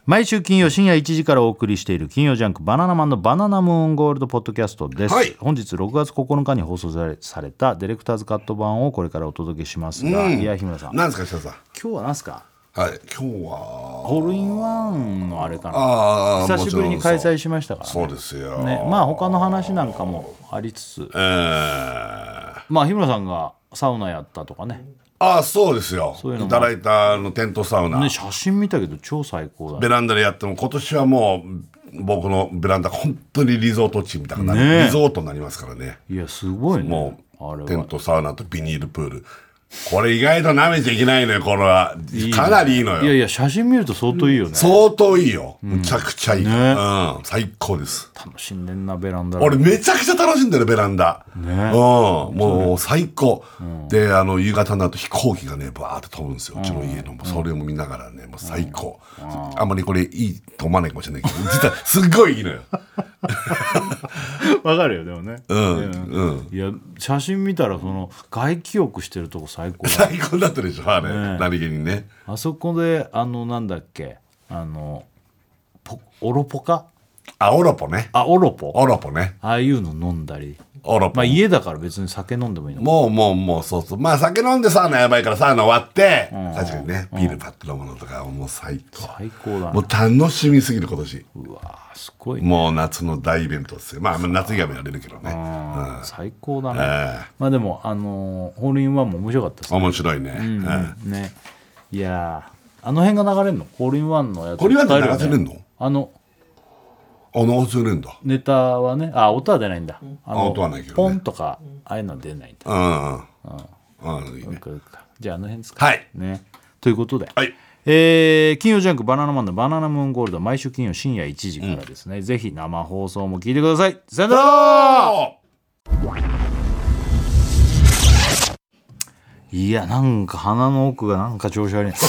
毎週金曜深夜1時からお送りしている金曜ジャンクバナナマンのバナナムーンゴールドポッドキャストです、本日6月9日に放送されたディレクターズカット版をこれからお届けしますが、いや日村さん、 何ですか設楽さん。 今日は何ですか？ はい、今日はホールインワンのあれかな。久しぶりに開催しましたからね。 そうですよ、 ね、まあ他の話なんかもありつつ、まあ日村さんがサウナやったとかね。 そうですよ。 そういうのもいただいたテントサウナ、 ね、写真見たけど超最高だ、ね、 ベランダでやっても今年はもう僕のベランダ本当にリゾート地みたいな、リゾートになりますからね。 いやすごいね。 もうテントサウナとビニールプール、これ意外と舐めちゃいけないのよ。これはかなりいいのよ。 いやいや写真見ると相当いいよね。 相当いいよ、むちゃくちゃいい、最高です。 楽しんでんなベランダ。 俺めちゃくちゃ楽しんでるベランダ、もう最高、で夕方になると飛行機がねバーって飛ぶんですよ、うちの家の。それも見ながらね、もう最高、あんまりこれいいと思わないかもしれないけど実はすっごいいいのよ。 わかるよでもね。いや写真見たらその外気浴してるとこ最高だ。 最高だったでしょあれ、何気にね。 あそこでなんだっけオロポか。 オロポね。 オロポね。 ああいうの飲んだり。 オロポ、 まあ家だから別に酒飲んでもいいの。 もうそうそう、まあ酒飲んでサウナやばいからサウナ終わって、確かにねビールパッと飲むのとかもう最高だね。 もう楽しみすぎる今年。 うわすごいね。 もう夏の大イベントですよ。まあ夏以外もやれるけどね、 最高だね。まあでもホールインワンも面白かったですね。 面白いね、 ね。いやあの辺が流れるのホールインワンのやつ。 ホールインワンって流せれんの？ 流せれんだ。 ネタはね、音は出ないんだ。 音はないけどね。 ポンとかああいうのは出ないんだ。いいね。じゃあ辺ですか。 はい。 ね。ということで、 はい。 金曜ジャンクバナナマンのバナナムーンゴールド毎週金曜深夜1時からですね、ぜひ生放送も聞いてください。さよなら。いやなんか鼻の奥がなんか調子悪い。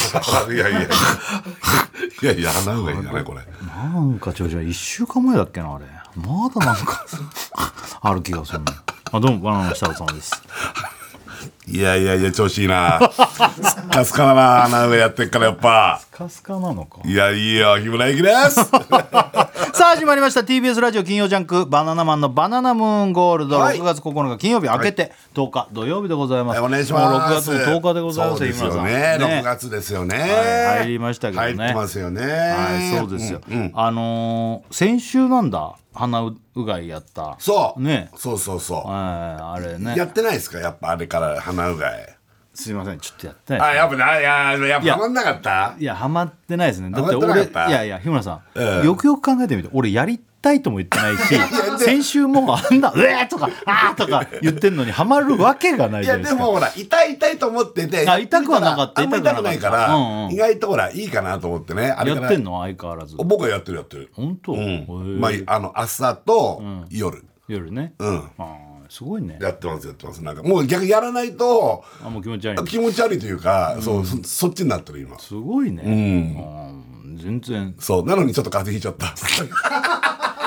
いや鼻うがいいんじゃないこれ。 なんか調子悪い。1週間前だっけなあれ。まだなんかある気がするね。どうもバナナの設楽さんです。 いや調子いいな。スカスカだな鼻うがいやってっからやっぱ。 スカスカなのか。 いやいいよ日村ゆきです。 さあ始まりました TBS ラジオ金曜ジャンクバナナマンのバナナムーンゴールド、6月9日金曜日明けて10日土曜日でございます。 お願いします。 もう6月の10日でございます。 そうですよね。6月ですよね。 入りましたけどね。 入ってますよね。 はいそうですよ。先週なんだ鼻うがいやった。 そうね。 そうあれね。 やってないですかやっぱあれから鼻うがい。 すいませんちょっとやってない。 やっぱハマんなかった。 いやハマってないですね。だって俺いや日村さん、よくよく考えてみて俺やりたいとも言ってないし先週もあんな「うえ!」とか「あー!」とか言ってんのにハマるわけがないじゃないですか。 いやでもほら痛いと思ってて痛くはなかった。 あんま痛くないから、意外とほらいいかなと思ってね。あれやってんの相変わらず。 僕はやってる。 本当？ まあ朝と夜ね。すごいね。 やってますなんかもう逆にやらないともう気持ち悪いというか、そっちになってる今。 すごいね。全然そうなのにちょっと風邪ひいちゃった。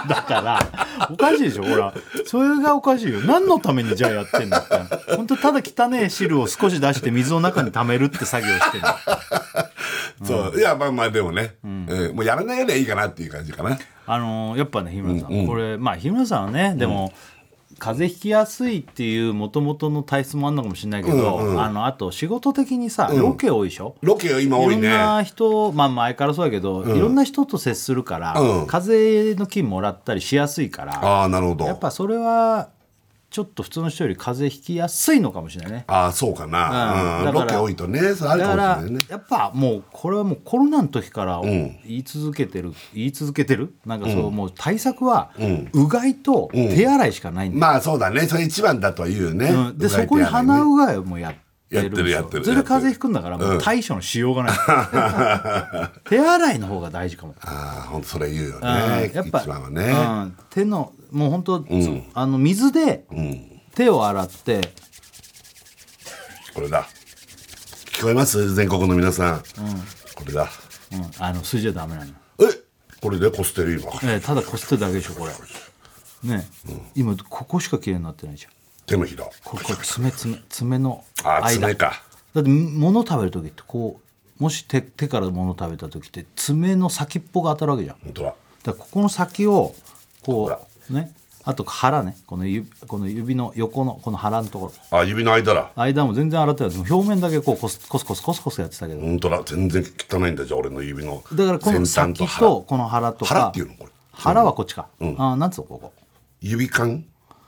だからおかしいでしょ。ほらそれがおかしいよ。何のためにじゃあやってんのって。本当ただ汚ねえ汁を少し出して水の中に溜めるって作業してるの。 そういやまあでもね、もうやらないよりはいいかなっていう感じかな。 やっぱね日村さん、これまあ日村さんはねでも、風邪ひきやすいっていう元々の体質もあるのかもしれないけど、あと仕事的にさ、ロケ多いでしょ。 ロケ今多いね。 いろんな人、前からそうやけど、いろんな人と接するから、風邪の菌もらったりしやすいから、 なるほど。 やっぱそれはちょっと普通の人より風邪ひきやすいのかもしれないね。 そうかな。ロケ多いとね、それあるかもしれないね。 やっぱもうこれはもうコロナの時から言い続けてるなんかそうもう対策はうがいと手洗いしかないんだよ。 まあそうだね、それ一番だとは言うね。 でそこに鼻うがいもやってるでしょ。 やってるそれで風邪ひくんだからもう対処のしようがない。手洗いの方が大事かも。 本当それ言うよね。 やっぱ一番はね。 手のもう本当水で手を洗って。 これだ。聞こえます全国の皆さん。これだ。 吸いじゃダメなの。 これでこすってる今。 ただこすってるだけでしょこれ。ね、今ここしか綺麗になってないじゃん。 手のひら。 ここ爪の間。 爪か。 だって物食べる時ってこもし手からもの食べた時って爪の先っぽが当たるわけじゃん。 本当だ。 だからここの先をこうね、あと腹ね、この指の横のこの腹のところ、 指の間だ。 間も全然洗ってない。表面だけこうコスコスやってたけど、 本当だ、全然汚いんだ。じゃあ俺の指のだからこの先とこの腹とか、 腹っていうのこれ。 腹はこっちか、なんつうのここ指間、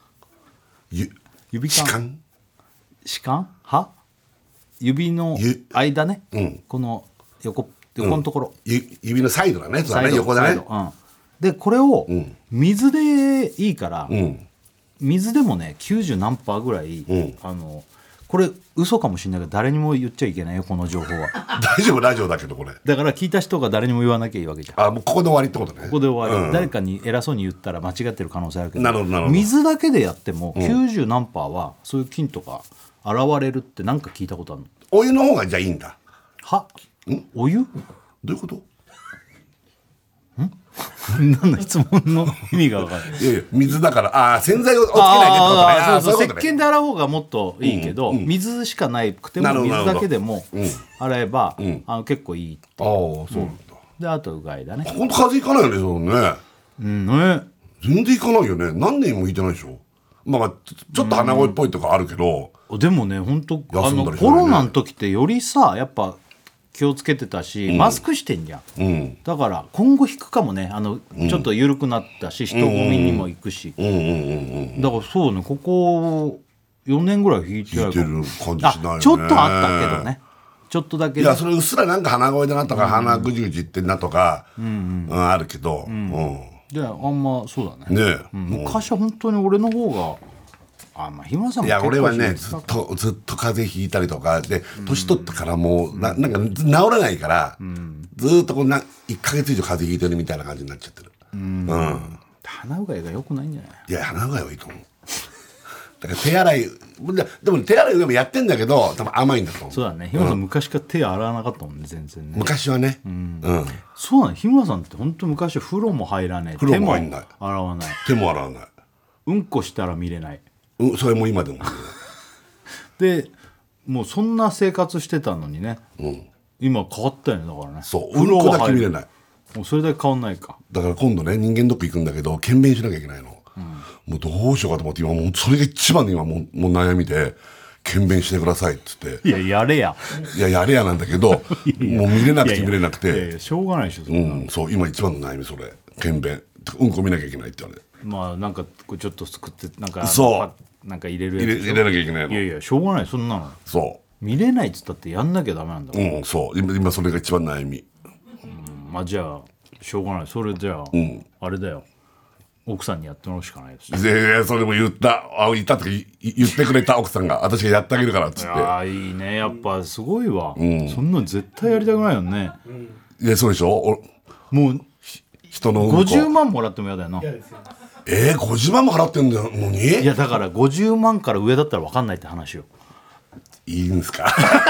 指歯間、 歯間歯指の間ね、この横のところ、 指のサイドだね、横だね。 でこれを水でいいから、水でもね90何パーぐらい、これ嘘かもしれないけど誰にも言っちゃいけないよこの情報は。 大丈夫ラジオだけどこれ。 だから聞いた人が誰にも言わなきゃいいわけじゃん。 もうここで終わりってことね。 ここで終わり、誰かに偉そうに言ったら間違ってる可能性あるけど、 なるほど水だけでやっても90何パーはそういう菌とか現れるってなんか聞いたことあるの。 お湯の方がじゃあいいんだ。 お湯？ どういうこと？ 何の質問の意味が分かんない。 いやいや、水だから洗剤をつけないでってことね。 そう石鹸で洗う方がもっといいけど、水しかないくても水だけでも洗えば、結構いいって。 そうなんだ。 であとうがいだね。 本当風邪ひかないよね、そうね。全然いかないよね。何年もいてないでしょ。まあちょっと鼻声っぽいとかあるけど、 でもね本当コロナの時ってよりさやっぱ気をつけてたし、マスクしてんじゃん、だから今後引くかもね。ちょっと緩くなったし人混みにも行くし、だからそうね、ここ4年ぐらい引いてる感じしないよね。 ちょっとあったけどね、ちょっとだけ、 いやそれうっすらなんか鼻声だなとか、鼻ぐじぐじいってんなとか、あるけど、 であんまそうだね。昔は本当に俺の方が日村さんもいや俺はねずっと風邪ひいたりとかで、年取ってからもうなんか治らないから、ずっと1ヶ月以上風邪ひいてるみたいな感じになっちゃってる。 鼻うがいが良くないんじゃない？ いや鼻うがいはいいと思う。だから手洗いでも手洗いでもやってんだけど多分甘いんだと思う。 そうだね、日村さん昔から手洗わなかったもんね全然ね。 昔はね、 そうだね、日村さんって本当昔風呂も入らない、 風呂も入んない、 手も洗わない、 手も洗わない、 うんこしたら見れない、 それも今でもでもうそんな生活してたのにね、今変わったよね。だからね、 そう風呂だけ見れない。 もうそれだけ変わんないか。 だから今度ね人間ドック行くんだけど検便しなきゃいけないの、もうどうしようかと思って今もうそれが一番の今もう悩みで、検便してくださいっつって。 いややれややれやなんだけどもう見れなくて見れなくて、 しょうがないでしょそう今一番の悩みそれ、検便うんこ見なきゃいけないって言われて、 まあなんかこうちょっとすくってなんかなんか入れるやつ入れなきゃいけないの。 いやしょうがない、そんなのそう見れないっつったってやんなきゃダメなんだもん。 そう今それが一番悩み。 まあじゃあしょうがない、それじゃあ、あれだよ、奥さんにやってもらうしかないです。 いやそれも言ったとか言ってくれた奥さんが私がやってあげるからっつって。 いいね、やっぱすごいわ、そんなの絶対やりたくないよね。 いやそうでしょ。 もう人の 50万もらっても嫌だよな。 50万も払ってんだのに。 いやだから50万から上だったら分かんないって話よ。 いいんすか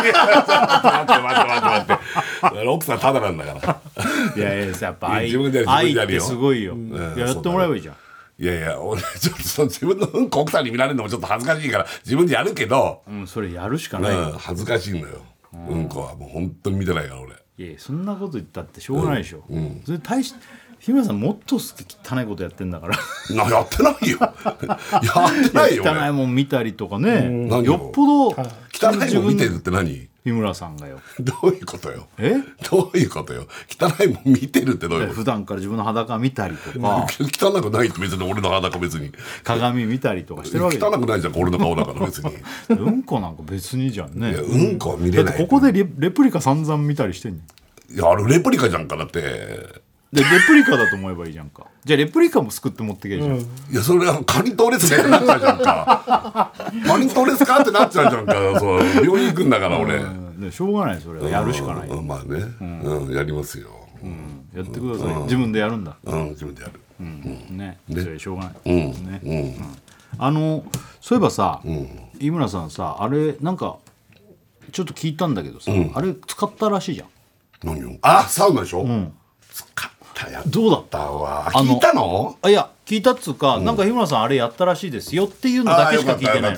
待って奥さんただなんだからいややっぱ愛ってすごいよ。やってもらえばいいじゃん。 いや俺ちょっと自分のうんこ奥さんに見られるのもちょっと恥ずかしいから自分でやるけど、 それやるしかないよ。 恥ずかしいのよ、うんこはもう本当に見てないから俺。 いやそんなこと言ったってしょうがないでしょ。それ大して日村さんもっと汚いことやってんだからやってないよやってないよ汚いもん見たりとかね、よっぽど汚いもん見てるって何？ 日村さんがよ。 どういうことよ。どういうことよ。汚いもん見てるってどういうこと？ 普段から自分の裸見たりとか汚くないって別に俺の裸別に鏡見たりとかしてるわけ。 汚くないじゃん俺の顔だから別にうんこなんか別にじゃんね。 うんこは見れない。 だってここでレプリカ散々見たりしてんの。 いやあれレプリカじゃんかだって。 でレプリカだと思えばいいじゃんか。じゃあレプリカも救って持ってけじゃん。いやそれはカリントーレスねってなっちゃうじゃんかカリントーレスかってなっちゃうじゃんか。そう病院行くんだから俺。 しょうがない、それはやるしかない。 まあね、やりますよ。 やってください。自分でやるんだ。 自分でやる。 ね、それしょうがない。ね。そういえばさ、井村さんさ、あれなんかちょっと聞いたんだけどさ、あれ使ったらしいじゃん。 何よ。サウナでしょ。使ったやつ。 どうだったわ。聞いたの？ いや聞いたっつうか、なんか日村さんあれやったらしいですよっていうのだけしか聞いてない。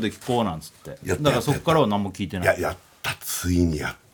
そういうことね。 じゃあラジオで聞こうなんつって。だからそこからは何も聞いてない。 やった、ついにやっ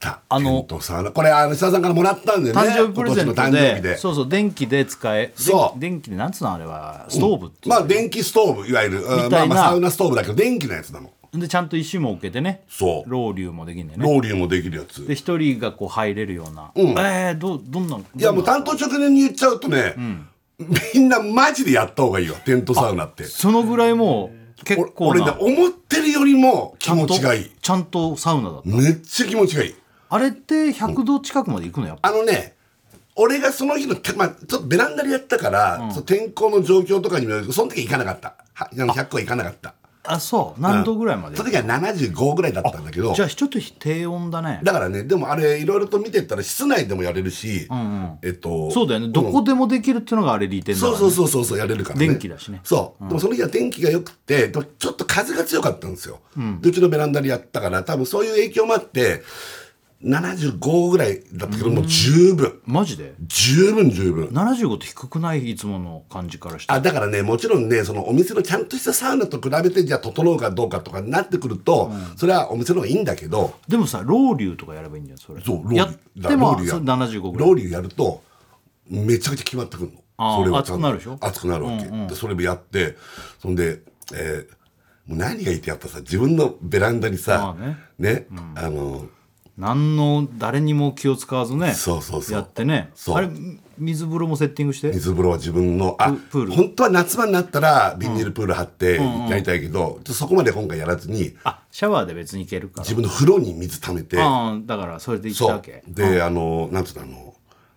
た。テントサウナ、これ石田さんからもらったんでね、 誕生日プレゼント今年の誕生日で。 そうそう、電気で使え、 そう電気でなんつうのあれはストーブっていう、 まあ電気ストーブ、いわゆるたいなサウナストーブだけど電気のやつなの。 でちゃんと石も置けてね、 そうロウリュもできんだよね。 ロウリュもできるやつ。 で一人がこう入れるような、どんなん。 いやもう担当直前に言っちゃうとね、みんなマジでやった方がいいよ、テントサウナって。 そのぐらいもう結構な、 俺ね、思ってるよりも気持ちがいい。 ちゃんとサウナだった。 めっちゃ気持ちがいい。 あれって100度近くまで行くのやっぱ。 俺がその日の、ちょっとベランダでやったから、その天候の状況とかにもよるけど、その時は行かなかった。100個は行かなかった。 あ、そう。何度ぐらいまで、 その時は75ぐらいだったんだけど。 じゃあちょっと低温だね。 だからね、でもあれいろいろと見てったら室内でもやれるし、 そうだよね、どこでもできるっていうのがあれ利点だからね。 そうやれるからね。 電気だしね。 そう、でもその日は天気が良くて、ちょっと風が強かったんですよ。でうちのベランダでやったから、多分そういう影響もあって75ぐらいだったけど、もう十分。 マジで十分 75って低くない？いつもの感じからして。 だからね、もちろんね、そのお店のちゃんとしたサウナと比べてじゃあ整うかどうかとかになってくると、それはお店の方がいいんだけど、 でもさ、ロウリュとかやればいいんじゃん。それそうやっても75ぐらい。 ロウリュやるとめちゃくちゃ決まってくるの。それは熱くなるでしょ。 熱くなるわけ、でそれもやって、そんで、もう何がいいってやっぱさ、自分のベランダにさ、 何の誰にも気を使わずね、 そうやってね。あれ水風呂もセッティングして。 水風呂は自分のプール、 本当は夏場になったらビニールプール張ってやりたいけど、そこまで今回やらずに、 シャワーで別に行けるから自分の風呂に水溜めて、 だからそれで行ったわけで、なんつうの、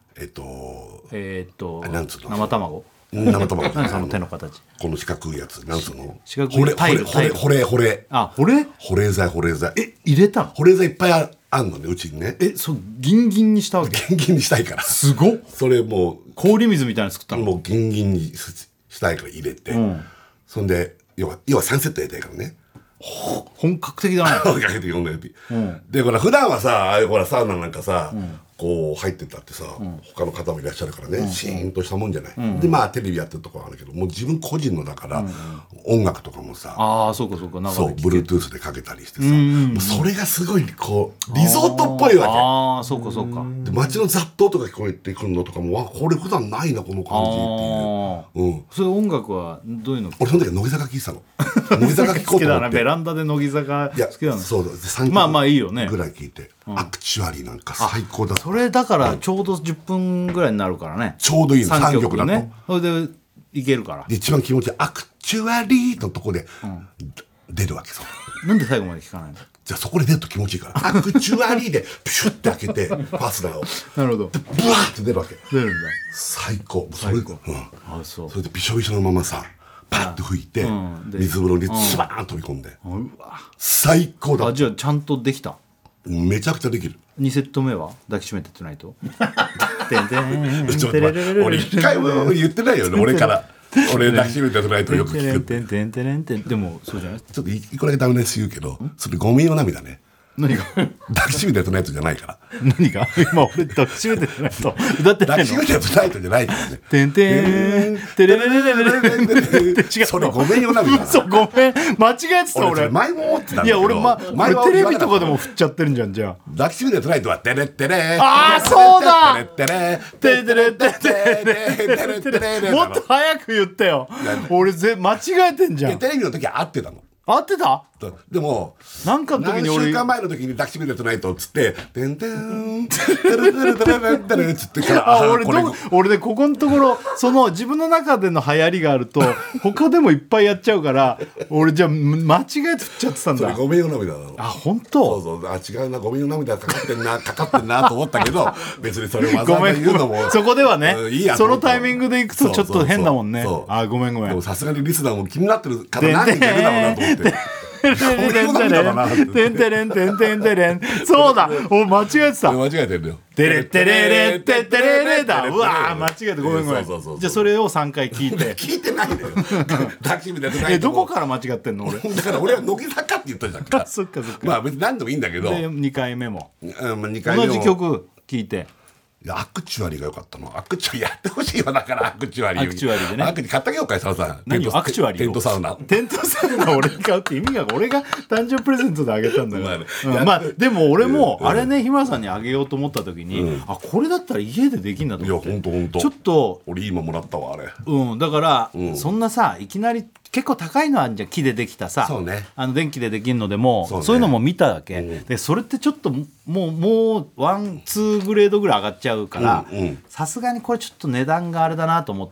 なんつうの、 生卵生卵何その手の形、 この四角いやつ、なんつうの、 四角いタイル、 保冷保冷剤入れたの？ 保冷剤いっぱいあんのね、うちにね。 そうギンギンにしたわけ？ ギンギンにしたいから。 すごっ。 それもう氷水みたいに作ったの？ もうギンギンにしたいから入れて、そんで要は3セットやりたいからね。 本格的だね。 本格的4年で、ほら普段はさ、ああいうほらサウナなんかさ、こう入ってたってさ、他の方もいらっしゃるからね、シーンとしたもんじゃない、でまあテレビやってるとこはあるけど、もう自分個人のだから、音楽とかもさ、 そうかそう Bluetooth でかけたりしてさ、もうそれがすごいこうリゾートっぽいわけ。 そうかで街の雑踏とか聞こえてくるのとかも、これ普段ないなこの感じっていう。 それ音楽はどういうの？ 俺その時は乃木坂聴いてたの。乃木坂聴こうと思って。 好きだな、ベランダで乃木坂好きだな。 そうだ、3 曲いいよねぐらい聴いて、アクチュアリーなんか最高だった。 それだからちょうど10分ぐらいになるからね。 ちょうどいいの、3曲だとね。それでいけるから。 一番気持ちいいアクチュアリーのとこで出るわけ。 なんで最後まで聞かないの？ じゃあそこで出ると気持ちいいから、アクチュアリーでピシュッて開けてファスナーを、 なるほど、 でブワーって出るわけ。 出るんだ。 最高。それでびしょびしょのままさ、パッと拭いて、水風呂にスバーン飛び込んで、最高だ。 じゃあちゃんとできた？ めちゃくちゃできる。 2セット目は抱きしめてトゥナイト。 ちょっと待って、俺一回も言ってないよね、俺から。俺抱きしめてトゥナイトよく聞く。でもそうじゃない？ ちょっと一個だけダメなし言うけど、それごめんよ涙ね。 何が？ 抱きしめてトゥナイトじゃないから。 何が？今俺抱きしめてトゥナイト歌ってないの？ 抱きしめてトゥナイトじゃないからね。 てんてんてれれれれれれれ。違う。 それごめんよ涙。 そう、ごめん、間違えてた俺。 前も思ってたんだけど。 いや俺テレビとかでも振っちゃってるんじゃん。じゃあ抱きしめてトゥナイトはテレテレ。 そうだ。 テレテレテレテレテレ。 もっと早く言ってよ。俺間違えてんじゃん。 テレビの時は合ってたの。 合ってた？ でも何週間前の時に抱きしめてトゥナイトっつって「てんてんてるてるてるてる」っつってから俺ね、ここのところその自分の中での流行りがあると他でもいっぱいやっちゃうから、俺じゃあ間違えて振っちゃってたんだ。 それごめんよ涙なの。 本当？ そう違うな、ごめんよ涙かかってんなと思ったけど、別にそれわざわざ言うのもそこではね、そのタイミングでいくとちょっと変だもんね。ごめん。 でもさすがにリスナーも気になってる方何人かいるだろうなと思って。 てんてれんてんてんてれん。そうだ、お間違えてた。 間違えてるよ。 てれてれれててれれだ。うわ間違えてごめん。じゃあそれを3回聞いて。 聞いてないのよ。抱きしめてない。 どこから間違ってんの俺？ だから俺は乃木坂って言ったじゃんか。 そっか。 まあ別に何でもいいんだけど。 2回目も 2回目も同じ曲聞いて。 いやアクチュアリが良かったの。アクチュアリやってほしいよ。だからアクチュアリ。 アクチュアリでね。 アクチュアリ買ってあげようかい、澤さん。 何をアクチュアリをテントサウナ。 テントサウナ俺に買うって意味が、俺が誕生日プレゼントであげたんだから。まあでも俺もあれね、日村さんにあげようと思った時に、あ、これだったら家でできんだと思って。 いやほんとちょっと俺今もらったわあれ。 だから、そんなさ、いきなり結構高いのあるじゃん、木でできたさ。 そうね。 電気でできるのでも、そういうのも見たわけ。でそれってちょっともうワンツーグレードぐらい上がっちゃうから、さすがにこれちょっと値段があれだなと思って、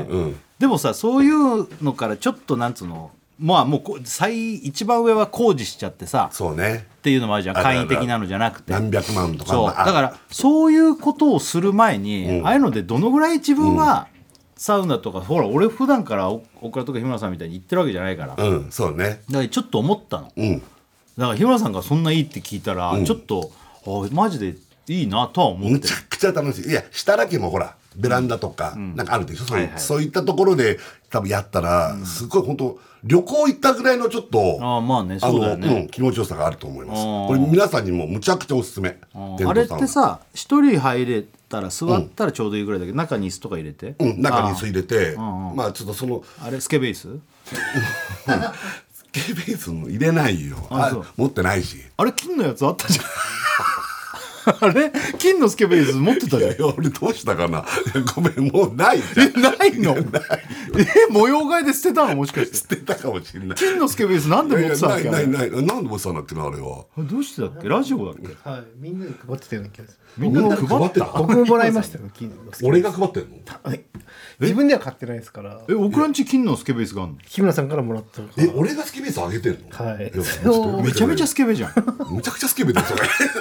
でもさ、そういうのからちょっとなんつうの、まあもう一番上は工事しちゃってさ、 そうねっていうのもあるじゃん、簡易的なのじゃなくて何百万とか。 そうだからそういうことをする前に、ああいうのでどのぐらい自分は、サウナとか、ほら俺普段から大倉とか日村さんみたいに行ってるわけじゃないから、 そうね。 だからちょっと思ったの、だから日村さんがそんないいって聞いたら、ちょっとマジでいいなとは思ってる。 むちゃくちゃ楽しい。いや設楽家もほらベランダとか、なんかあるでしょ、そういったところで多分やったら、すごい本当旅行行ったぐらいのちょっとまあね、そうだよね、 気持ちよさがあると思います。これ皆さんにもむちゃくちゃおすすめ。 あれってさ、一人入れたら座ったらちょうどいいぐらいだけど、中に椅子とか入れて、 中に椅子入れて、まあちょっとそのあれスケベーススケベースも入れないよ。持ってないし。 あれ金のやつあったじゃんあれ金のスケベース持ってたじゃん。 いや俺どうしたかなごめん、もうないじゃん。 ないの模様替えで捨てたの、もしかして捨てたかもしれない。 金のスケベースなんで持ってたんだっけ。 ないなんで持ってたんだっけな、あれは。 どうしてだっけ、ラジオだっけ。 はい、みんなで配ってたような気がする。 みんなで配ってた。 僕ももらいましたよ、金のスケベース。 俺が配ってんの。 はい、自分では買ってないですから。 オクラんち金のスケベースがあるの。 日村さんからもらったの。 俺がスケベースあげてんの。 はい。 めちゃめちゃスケベじゃん。 むちゃくちゃスケベだよそ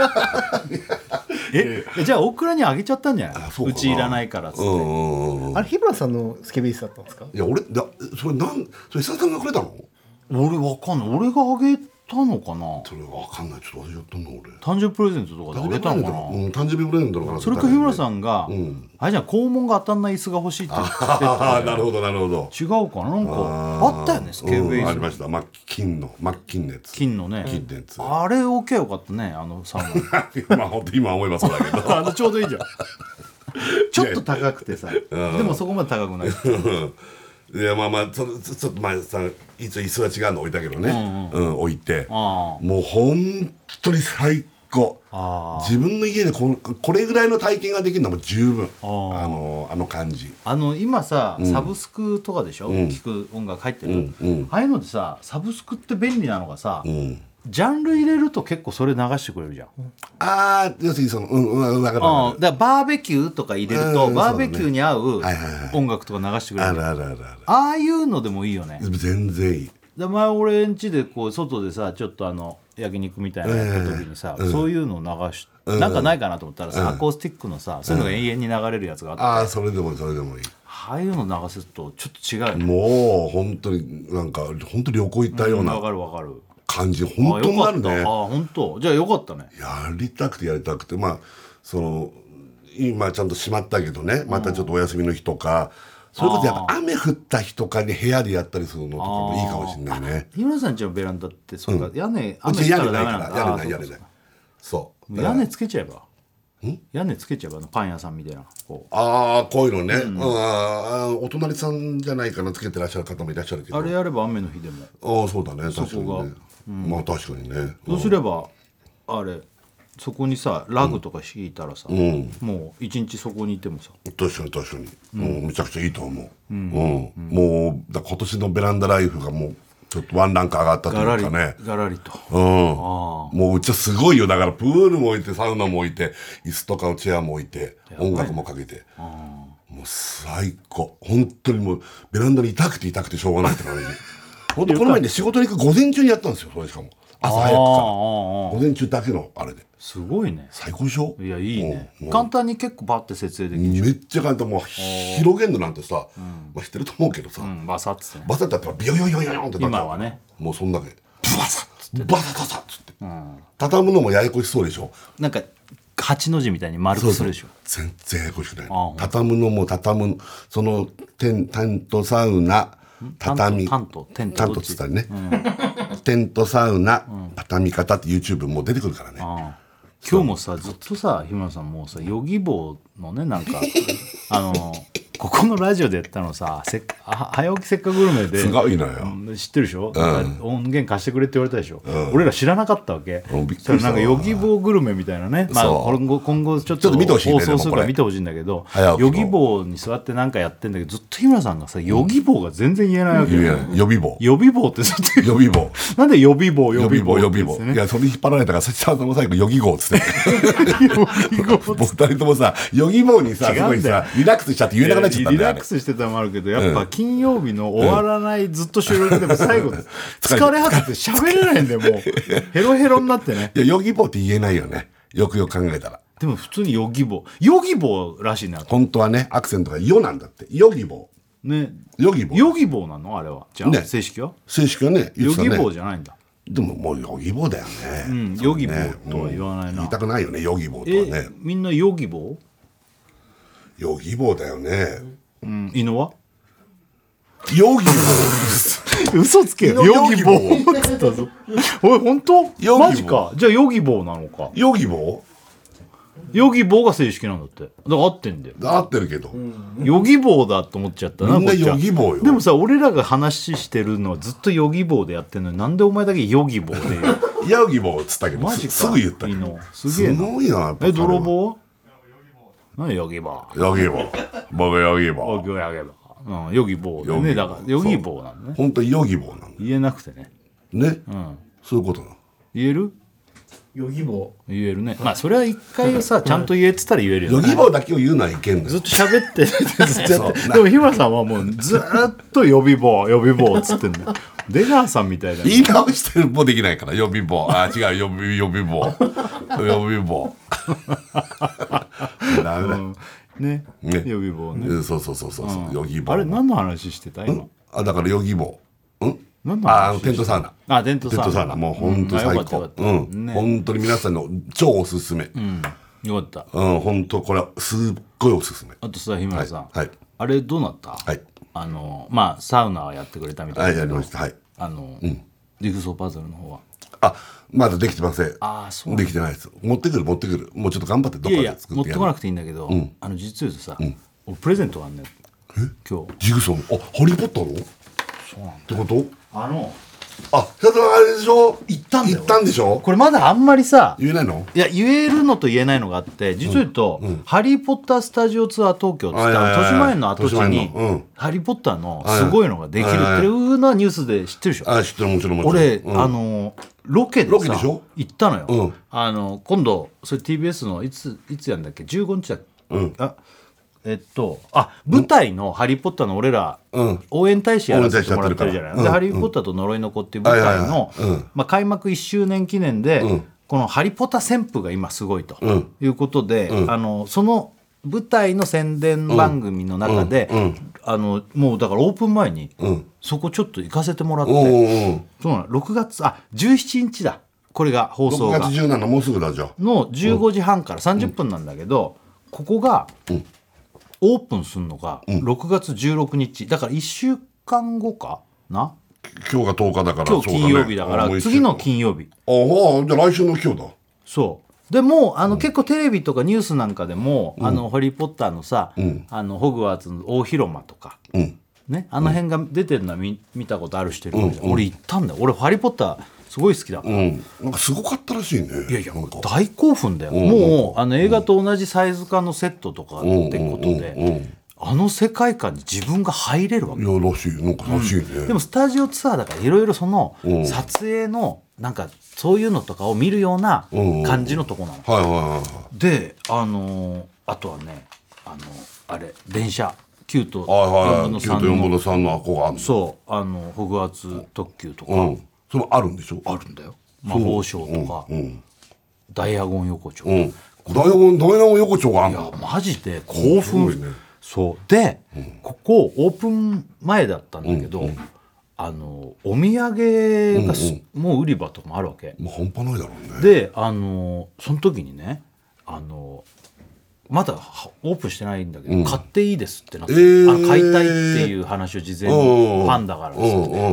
れ。 じゃあオクラにあげちゃったんじゃない。うちいらないからっつって。 あれ日村さんのスケベースだったんですか。 いや俺それ伊沢さんがくれたの。 俺わかんない。俺があげたのかな。 それわかんない。ちょっと忘れちゃったんだ俺。 誕生日プレゼントとかであげたのかな。 誕生日プレゼントのかな。 それか日村さんが、あれじゃん、肛門が当たんない椅子が欲しいって言ってた。 なるほどなるほど。 違うかな、なんかあったよね、スケベース。 ありました。金の金のね。 金のやつ。 あれ置けばよかったね、サウナ。 まあ本当今思えばそうだけど。 ちょうどいいじゃん。ちょっと高くてさ、でもそこまで高くない。 いやまあちょっと前さ、一応椅子は違うの置いたけどね、置いて、もう本当に最高。自分の家でこれぐらいの体験ができるのも十分。あの感じ。 今さ、サブスクとかでしょ、聴く音楽入ってる、ああいうのでさ、サブスクって便利なのがさ、ジャンル入れると結構それ流してくれるじゃん。 要するにその分かる。だからバーベキューとか入れると、バーベキューに合う音楽とか流してくれる。ああいうのでもいいよね。 全然いい。 で前俺ん家でこう外でさ、ちょっと焼肉みたいなやった時にさ、そういうのを流し、なんかないかなと思ったらさ、アコースティックのさ、そういうのが永遠に流れるやつがあって、 それでもいい。 ああいうの流すとちょっと違うよね。 もう本当になんか本当旅行行ったような感じ、本当になるね。 本当。じゃあよかったね。 やりたくて、まあその今ちゃんと閉まったけどね、またちょっとお休みの日とか、それこそやっぱ雨降った日とかに部屋でやったりするのとかもいいかもしれないね。 日村さんちのベランダってそうか、屋根雨降ったらダメなんだ。屋根ない。そう屋根つけちゃえば、屋根つけちゃえば、パン屋さんみたいなこういうのね、お隣さんじゃないかな、つけてらっしゃる方もいらっしゃるけど、 あれやれば雨の日でもそうだね、確かにね。まあ確かにね。 そうすればあれそこにさラグとか敷いたらさ、もう一日そこにいてもさ、 確かに、めちゃくちゃいいと思う。もう今年のベランダライフがもうちょっとワンランク上がったというかね。 ガラリと。 もううちはすごいよ。だからプールも置いて、サウナも置いて、椅子とかチェアも置いて、音楽もかけて、もう最高。本当にもうベランダに痛くてしょうがないって感じ。本当この前ね、仕事に行く午前中にやったんですよ。それしかも朝早くから午前中だけのあれで。 すごいね。 最高でしょ。 いや、いいね。簡単に結構バッて設営できる。 めっちゃ簡単。もう広げんのなんてさ、まあ知ってると思うけどさ、 バサッつってね。 バサッてやったらビヨヨヨヨヨンってなっちゃう。 今はね、 もうそんだけバサッつってバサバサッつって、畳むのもややこしそうでしょ。 なんか8の字みたいに丸くするでしょ。 全然ややこしくない。畳むのもそのテントサウナ畳タントっつったりね、テントサウナ畳み方って YouTube も出てくるからね。 今日もさずっとさ日村さんもうさヨギボーのねなんかここのラジオでやったのさ早起きせっかくグルメですごいのよ、 知ってるでしょ、なんか音源貸してくれって言われたでしょ、 ん俺ら知らなかったわけ、 びっくりしたわなんかヨギボーグルメみたいなね、まあ、 そう今後ちょっとちょっと見てほしいね放送するからでもこれ見てほしいんだけど早起きのヨギボーに座ってなんかやってんだけどずっと日村さんがさヨギボーが全然言えないわけよ、 いや予備棒予備棒ってずっと言う予備棒なんで予備棒予備棒予備棒って言うんですよねいやそれ引っ張られたからさんも最後ヨギ号っつって僕二人ともさヨギ棒にさすごいさリラックスしちゃって言えなくなっちゃったんだよリラックスしてたのもあるけどやっぱ金曜日の終わらないずっと収録でも最後疲れ果てて喋れないんだよもうヘロヘロになってね。 いやヨギ棒って言えないよねよくよく考えたらでも普通にヨギボーらしいな本当はねアクセントがヨなんだってヨギ棒ね。 ヨギ棒ヨギボーなのあれはじゃあ、 ね正式は正式はね言ってたねヨギボーじゃないんだ。 でももうヨギ棒だよね、 ヨギボーとは言わないな、 言いたくないよねヨギ棒とはねみんなヨギボヨギ棒だよねー、犬はヨギ棒嘘つけよヨギボーっつったぞおい本当ヨギボーマジかじゃあヨギボーなのかヨギ棒ヨギボーが正式なんだってだから合ってんだよ合ってるけど、 ヨギボーだと思っちゃったなみんなこっちはヨギボーよでもさ俺らが話してるのはずっとヨギボーでやってんのになんでお前だけヨギボーで言うヨギ棒っつったけどマジかすぐ言ったけいいどのすげえなすごいなやっぱ泥棒は何ヨギボーヨギ棒僕ヨギ棒ヨギボーヨギボーだヨギボーねだからヨギボーなんだね本当にヨギ棒なの言えなくてねね、そういうことなの言えるヨギボ言えるねまあそれは一回さちゃんと言えってたら言えるよねヨギ棒だけを言うのはいけんのよずっと喋ってずっとやってそうでも日村さんはもうずーっと予備棒っつってんだよ出川さんみたいな言い直してるもできないから予備棒あ違う予備棒予備棒ダメだ、 ねね予備棒ねそうヨギ棒あれ何の話してた今あだからヨギ棒何の話テントサウナテントサウナテントサウナもう本当最高よかったね本当に皆さんの超おすすめよかった本当これはすっごいおすすめあとさ日村さんはいあれどうなったはいまあサウナはやってくれたみたはいいやだけどりましたはいジグソーパズルの方はまだできてませんそうできてないです持ってくるもうちょっと頑張ってどっかいやいやで作ってやる持ってこなくていいんだけど実言うとさ俺プレゼントがあんねん今日ジグソーのハリーポッターのそうなんってことちょっとあれでしょ行ったんだよ行ったんでしょこれまだあんまりさ言えないのいや言えるのと言えないのがあって実を言うと、ハリー・ポッタースタジオツアー東京って言った豊島園の跡地に、ハリー・ポッターのすごいのができるっていうのはニュースで知ってるでしょ、 知ってるもちろんもちろん俺、ロケでさロケでしょ行ったのよ、今度それ TBS のいつやんだっけ15日だっけ、舞台の「ハリー・ポッター」の俺ら、応援大使やらせてもらってるじゃない、でハリー・ポッターと呪いの子っていう舞台の開幕1周年記念で、この「ハリー・ポッター」旋風が今すごいということで、その舞台の宣伝番組の中で、もうだからオープン前に、そこちょっと行かせてもらって、そうなの6月17日だこれが放送 6 が月17もうすぐだじゃあの15時半から30分なんだけど、ここが、オープンするのが6月16日だから1週間後かな今日が10日だから今日金曜日だから次の金曜日じゃあ来週の今日だそうでも結構テレビとかニュースなんかでもハリー・ポッターのさホグワーツの大広間とかねあの辺が出てるのは見たことある人いるけど俺行ったんだよ俺ハリー・ポッターすごい好きだから、 なんかすごかったらしいねいや大興奮だよ、もう映画と同じサイズ感のセットとかってことで、世界観に自分が入れるわけ。 いやらしいなんからしいね、 でもスタジオツアーだからいろいろその撮影のなんかそういうのとかを見るような感じのとこなの、であとはねあれ電車9と4分の3 9と4分の3の箱があるのそうホグワーツ特急とか、 それあるんでしょあるんだよ魔法省とか、ダイアゴン横丁、 ダイアゴン横丁があるのマジで興奮、そうで、ここオープン前だったんだけど、お土産がもう売り場とかもあるわけ、 半端ないだろうねでその時にねまだオープンしてないんだけど、買っていいですってなって、買いたいっていう話を事前にファンだからですって、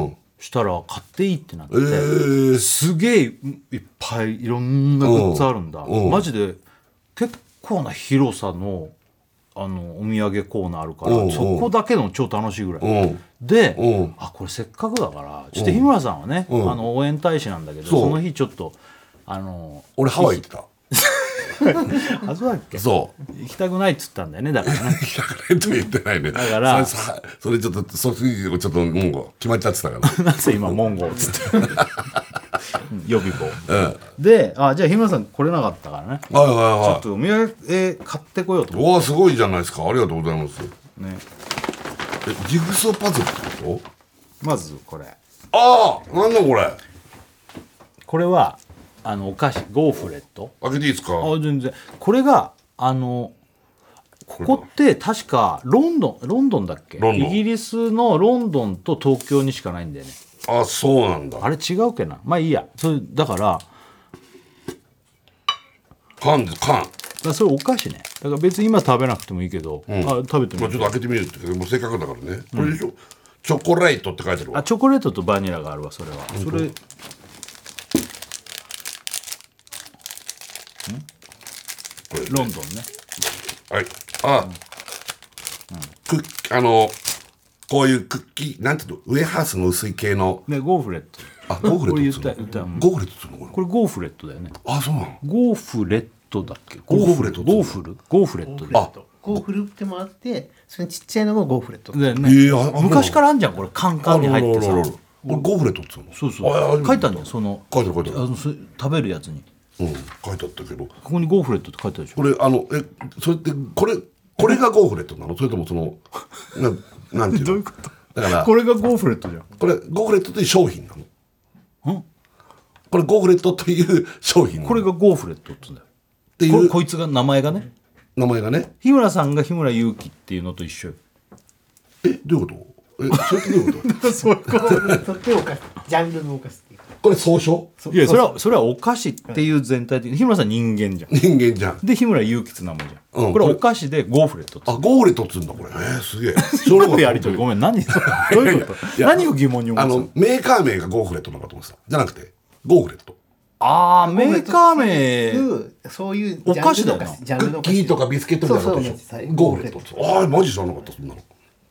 したら買っていいってなって、すげえいっぱいいろんなグッズあるんだ。マジで結構な広さのお土産コーナーあるから、そこだけでも超楽しいぐらいで、これせっかくだからちょっと日村さんはね、応援大使なんだけど、その日ちょっと俺ハワイ行ってた。 あ、そうだっけ。 そう行きたくないっつったんだよね、だからね。 行きたくないと言ってないね。 だからそれちょっとそ次ちょっともう決まっちゃってたからなぜ今モンゴーっつって予備校、で、じゃあ日村さん来れなかったからね、ちょっとお土産買ってこようと思って。 わあすごいじゃないですか、ありがとうございますね。 ジグソーパズルってこと？ まずこれ、 なんだこれ。 これはお菓子ゴーフレット。 開けていいですか？ 全然。これがここって確かロンドンだっけ？イギリスのロンドンと東京にしかないんだよね。 そうなんだ。 あれ違うっけな。まあいいや。それだから缶それお菓子ね。だから別に今食べなくてもいいけど、食べてみる。 ちょっと開けてみるってもうせっかくだからね。これでしょ、チョコレートって書いてあるわ。 チョコレートとバニラがあるわ。それはそれロンドンね。 はい。こういうクッキーなんていうの、ウエハースの薄い系のね、ゴーフレット。 ゴーフレット言ったゴーフレットっていうのこれゴーフレットだよね。 そうなの。 ゴーフレットだっけ。 ゴーフレットゴーフレットで。 ゴーフルってもあって、それちっちゃいのがゴーフレットだよね。昔からあんじゃんこれ、カンカンに入ってさ。 これゴーフレットっていうの。 そう書いてあるんだよ。 書いてある食べるやつに書いてあったけど、 ここにゴーフレットって書いてあるでしょ。 これそれってこれがゴーフレットなの？それともなんていうの？ どういうこと？ だからこれがゴーフレットじゃん。 これゴーフレットという商品なの？これゴーフレットという商品なの？ これがゴーフレットって言うんだよ。っていうこいつが名前がね。日村さんが日村勇紀っていうのと一緒よ。 どういうこと？それってどういうこと？ そういうことってお菓子、ジャンルのお菓子っていうか。 これ総称？ いや、それはお菓子っていう全体的に、日村さん人間じゃん。 人間じゃん。 で日村勇紀って名前じゃん。これお菓子でゴーフレットって。 ゴーフレットっつうんだこれ。すげえ。 なんでやりとりごめん、何どういうこと？何を疑問に思ってた？ メーカー名がゴーフレットなのかと思ってた。じゃなくてゴーフレット。 メーカー名そういうお菓子だよな。 クッキーとかビスケットみたいなことでしょ。ゴーフレットって。マジ知らなかった、そんなの。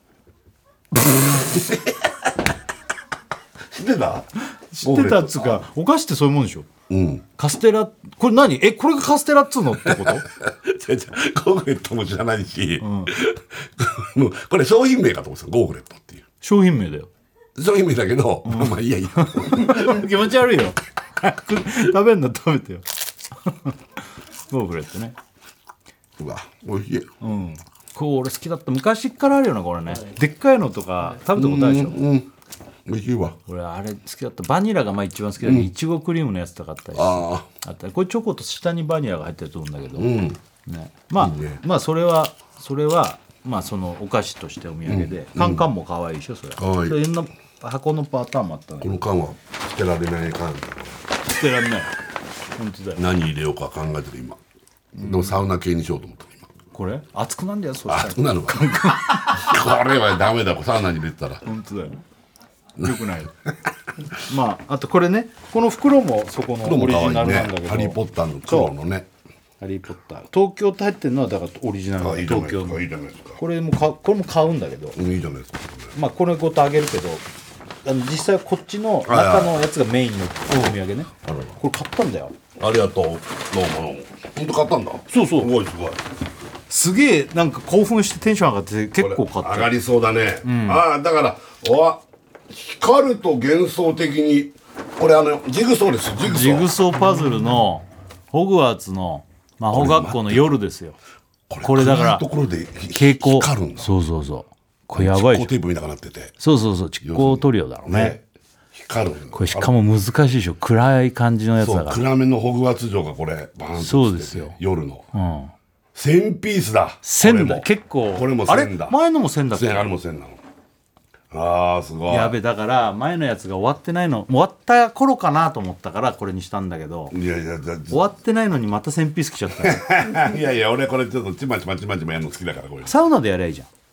知ってた？ 知ってたっつうか、お菓子ってそういうもんでしょ。カステラ、これ何？これがカステラっつうのってこと？ ゴーフレットも知らないし、これ商品名かと思ってた。ゴーフレットっていう商品名だよ。 商品名だけど、まあいいやいいや。 気持ち悪いよ。食べんの食べてよ。ゴーフレットね。 うわ、おいしい。 これ俺好きだった。昔からあるよなこれね。でっかいのとか食べたことあるでしょ。 おいしいわ。 俺あれ好きだった。バニラが一番好きだけど、いちごクリームのやつとかあったりあったり。これチョコと下にバニラが入ってると思うんだけど、まあそれはまあそのお菓子としてお土産で、カンカンも可愛いでしょ。それいろんな箱のパターンもあったね。 この缶は捨てられない缶。 捨てられない。本当だよ。 何入れようか考えてる今。でもサウナ系にしようと思った今。 これ熱くなんだよ。そ熱くなるわ。これはダメだ。サウナに入れてたら。 本当だよ。よくない。まああとこれね、この袋もそこのオリジナルなんだけど、 ハリーポッターの黒のね。 ハリーポッター。東京って入ってるのはだからオリジナル。東京の。 いいじゃないですか。 これも買うんだけど。 いいじゃないですか。 まあこれごとあげるけど、実際はこっちの中のやつがメインのお土産ね。これ買ったんだよ。 ありがとう。どうも。本当買ったんだ。 そう。 すごい。 すげえなんか興奮してテンション上がって結構買った。 上がりそうだね。だから光ると幻想的にこれジグソーです。 ジグソーパズルのホグワーツの魔法学校の夜ですよ。これだから蛍光光るんだ。 そうこれやばいでしょ。 テープみたいになってて。 そう蓄光トリオだろうね。 光る。 これしかも難しいでしょ。暗い感じのやつだから。 暗めのホグワーツ城がこれバーンと。 そうですよ。 夜の。1000ピースだ。 1000だ。結構。 これも1000だ。 前のも1000だっけ？ あれも1000なの。すごい。 やべ、だから前のやつが終わってないの、終わった頃かなと思ったからこれにしたんだけど、 いや終わってないのにまた1000ピース来ちゃった。 いや俺これちょっとちまちまやるの好きだからこれ。 サウナでやりゃいいじゃん。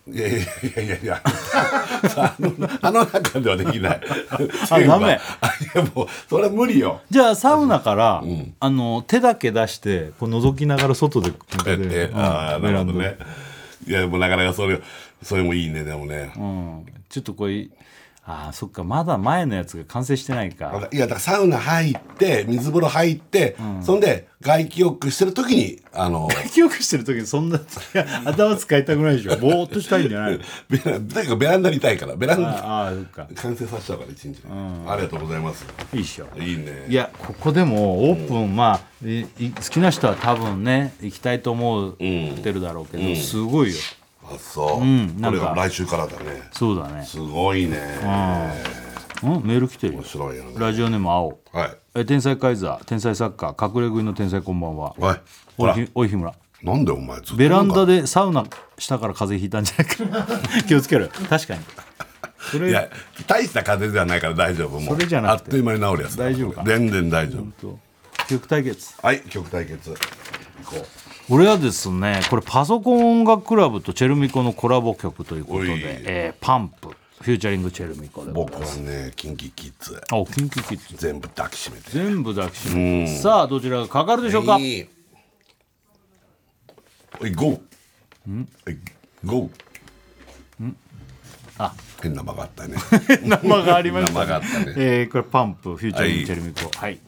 いやあの中ではできない。 あ、ダメ。 いやもうそれは無理よ。 じゃあサウナから、手だけ出してこう覗きながら外でああ、なるほどね。いやもうなかなかそれもいいね。でもね、 ちょっとこれそっか、まだ前のやつが完成してないか。 いやだからサウナ入って水風呂入って、そんで外気浴してる時に外気浴してる時にそんな頭使いたくないでしょ。ぼーっとしたいんじゃないの。 だからベランダにいたいからベランダそっか完成させちゃうから一日で、ありがとうございます。 いいっしょ。 いいね。 いやここでもオープン、好きな人は多分ね行きたいと思ってるだろうけど、すごいよ。 あ、そう、 なんかこれが来週からだね。 そうだね。 すごいね。 メール来てるよ。 面白いよね。 ラジオネーム青。 はい。 天才カイザー、天才作家、隠れ食いの天才、こんばんは。 はい。ほら、 おい日村。 なんでお前ずっとベランダでサウナしたから風邪ひいたんじゃないかな。気をつける。確かに。それいや大した風邪ではないから大丈夫。もうそれじゃなくてあっという間に治るやつ。 大丈夫か。 全然大丈夫。 曲対決。 はい、曲対決。行こう。 俺はですね、これパソコン音楽クラブとチェルミコのコラボ曲ということで、パンプフューチャリングチェルミコでございます。 僕はね、キンキキッズ。 キンキキッズ全部抱きしめて。 全部抱きしめて。さあどちらがかかるでしょうか。 おいゴー。ゴー。変な間があったね。 名前がありました名前があったね。 これパンプフューチャリングチェルミコ。はい。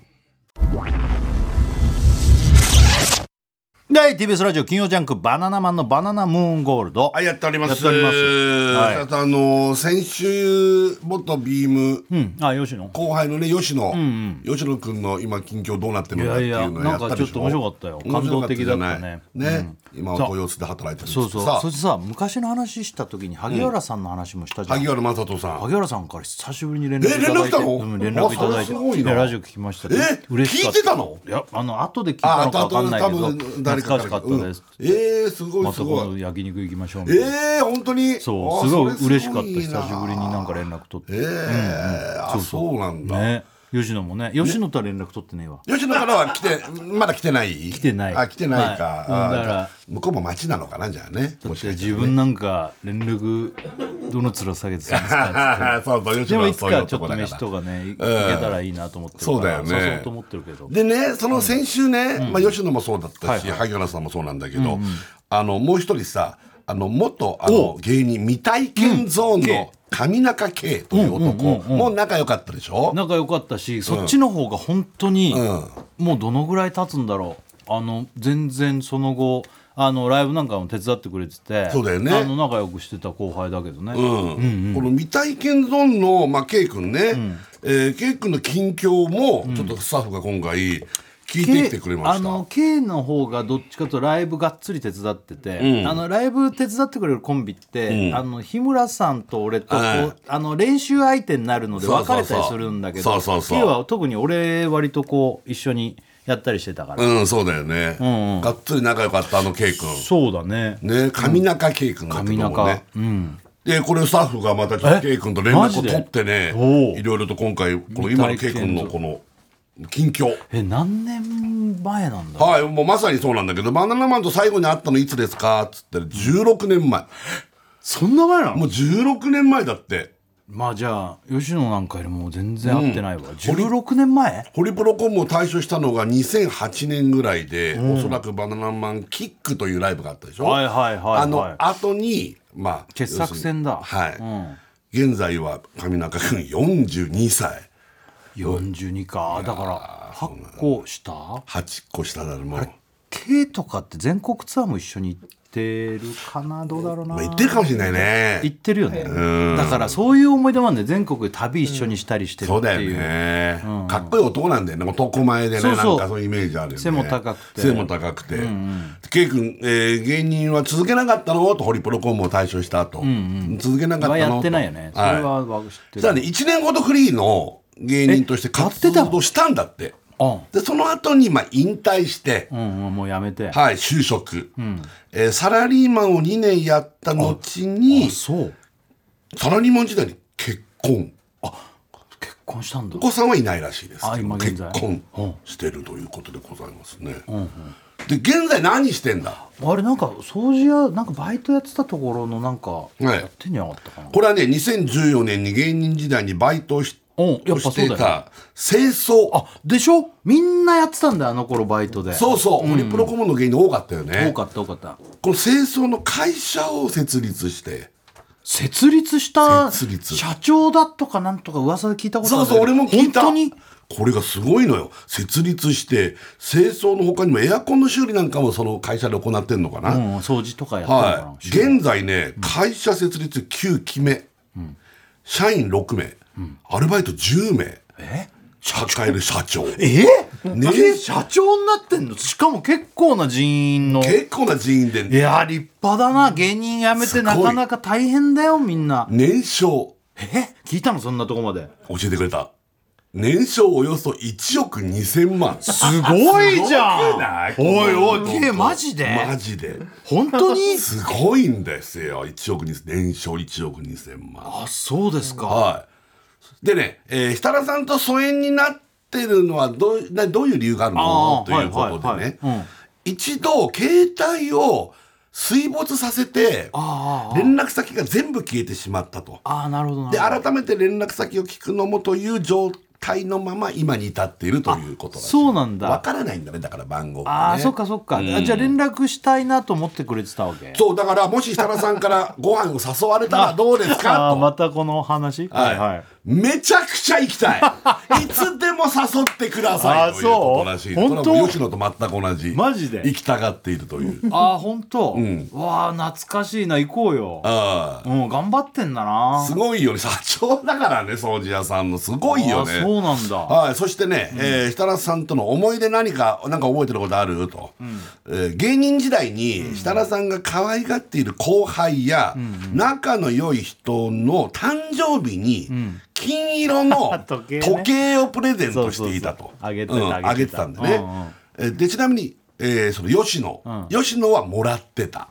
はい、TBS ラジオ金曜ジャンクバナナマンのバナナムーンゴールド。 はい、やっております。 やっております。はい、 先週元ビーム、 吉野後輩のね吉野君の今近況どうなってるのかっていうのをやったでしょ。 なんかちょっと面白かったよ。感動的だったね。 今は豊洲で働いてるんですけどさ。そしてさ、昔の話した時に萩原さんの話もしたじゃん。 萩原正人さん。 萩原さんから久しぶりに連絡いただいて。連絡いただいて。ラジオ聞きました。 嬉しかった。聞いてたの？ いや、後で聞いたのか分かんないけど懐かしかったです。 すごいまた今度焼肉行きましょう。 本当に。 そう、すごい嬉しかった。久しぶりになんか連絡取って。 そうなんだ。 吉野もね、吉野とは連絡取ってねえわ。 吉野からはまだ来てない。 来てない。 来てないか。 だから向こうも町なのかなじゃあね。 だって自分なんか連絡どの面下げてたんですか。でもいつかちょっと飯とかね行けたらいいなと思ってるから。 そうだよね。 誘おうと思ってるけど。 でね、その先週ね、吉野もそうだったし、萩原さんもそうなんだけど、もう一人さ、元芸人未体験ゾーンの上中圭という男も仲良かったでしょ。 仲良かったし、そっちの方が本当にもうどのぐらい経つんだろう。全然その後ライブなんかも手伝ってくれてて、 そうだよね。 仲良くしてた後輩だけどね。 この未体験ゾーンの圭君ね、圭君の近況もちょっとスタッフが今回聞いてきてくれました。 K の方がどっちかとライブがっつり手伝ってて、ライブ手伝ってくれるコンビって、日村さんと俺と練習相手になるので別れたりするんだけど、K は特に俺割とこう一緒にやったりしてたから。 そうだよね。がっつり仲良かったK君。 そうだね。 上中K君だけどもね。でこれスタッフがまたK君と連絡を取ってね、いろいろと今回この今のK君のこの近況。 何年前なんだ。 はい、もうまさにそうなんだけど、バナナマンと最後に会ったのいつですかっつって16年前。 そんな前なの？ もう16年前だって。 じゃあ吉野なんかよりも全然会ってないわ。16年前？ ホリプロコムを退所したのが2008年ぐらいで、おそらくバナナマンキックというライブがあったでしょ。後に傑作戦だ。 はい。現在は上中君42歳。 42か。だから8個下 ？8個下だもん。 K とかって全国ツアーも一緒に行ってるかな。どうだろうな。 行ってるかもしれないね。 行ってるよね。だからそういう思い出もあるんで、全国で旅一緒にしたりしてるっていう。 そうだよね。かっこいい男なんだよね。男前でね。なんかそういうイメージあるよね。 背も高くて。 背も高くて。K 君芸人は続けなかったのとホリプロコムを退所した後続けなかったの。 やってないよね。それは知ってる。 さらに1年ほどフリーの芸人として活動したんだって。でその後に引退して、 もうやめて、 就職、サラリーマンを2年やった後にサラリーマン時代に結婚。 結婚したんだ。 お子さんはいないらしいですけど今現在結婚してるということでございますね。 で現在何してんだ。 あれなんか掃除やなんかバイトやってたところのなんかやってんじゃなかったかな、 これはね2014年に芸人時代にバイトをやっぱそうだよねしてた清掃。 あでしょ、みんなやってたんだよあの頃バイトで。 そうそう、ホリプロ顧問の芸人多かったよね。 多かった多かった。 この清掃の会社を設立して設立した設立社長だとかなんとか噂で聞いたことある。 そうそう俺も聞いた。 本当にこれがすごいのよ。設立して清掃の他にもエアコンの修理なんかもその会社で行ってんのかな、 掃除とかやってるのかな、 現在ね会社設立9期目、社員6名、アルバイト10名抱える社長。 社長になってんの。しかも結構な人員の。 結構な人員で、 いや立派だな。芸人辞めてなかなか大変だよみんな。 年商聞いたのそんなとこまで教えてくれた。年商およそ1億2000万。 すごいじゃん。おいおいマジで本当にすごいんですよ。1億2000年商1億2000万。 あそうですか。 でね、設楽さんと疎遠になってるのはどういう理由があるのということでね、一度携帯を水没させて連絡先が全部消えてしまったと。 なるほど。 で改めて連絡先を聞くのもという状態のまま今に至っているということらしい。 そうなんだ。 分からないんだねだから番号がね。 そっかそっか、じゃあ連絡したいなと思ってくれてたわけ。 そうだからもし設楽さんからご飯を誘われたらどうですかと。 またこの話、 めちゃくちゃ行きたいいつでも誘ってくださいということらしい。 本当？ これは吉野と全く同じ。 マジで行きたがっているという。 本当。わあ懐かしいな。行こうよ。頑張ってんだな。 すごいよね。社長だからね掃除屋さんのすごいよね。 そうなんだ。 そしてね、設楽さんとの思い出何か覚えてることあると、芸人時代に設楽さんが可愛がっている後輩や仲の良い人の誕生日に金色の時計をプレゼントしていたとあげてたんでね。でちなみに、その吉野はもらってた。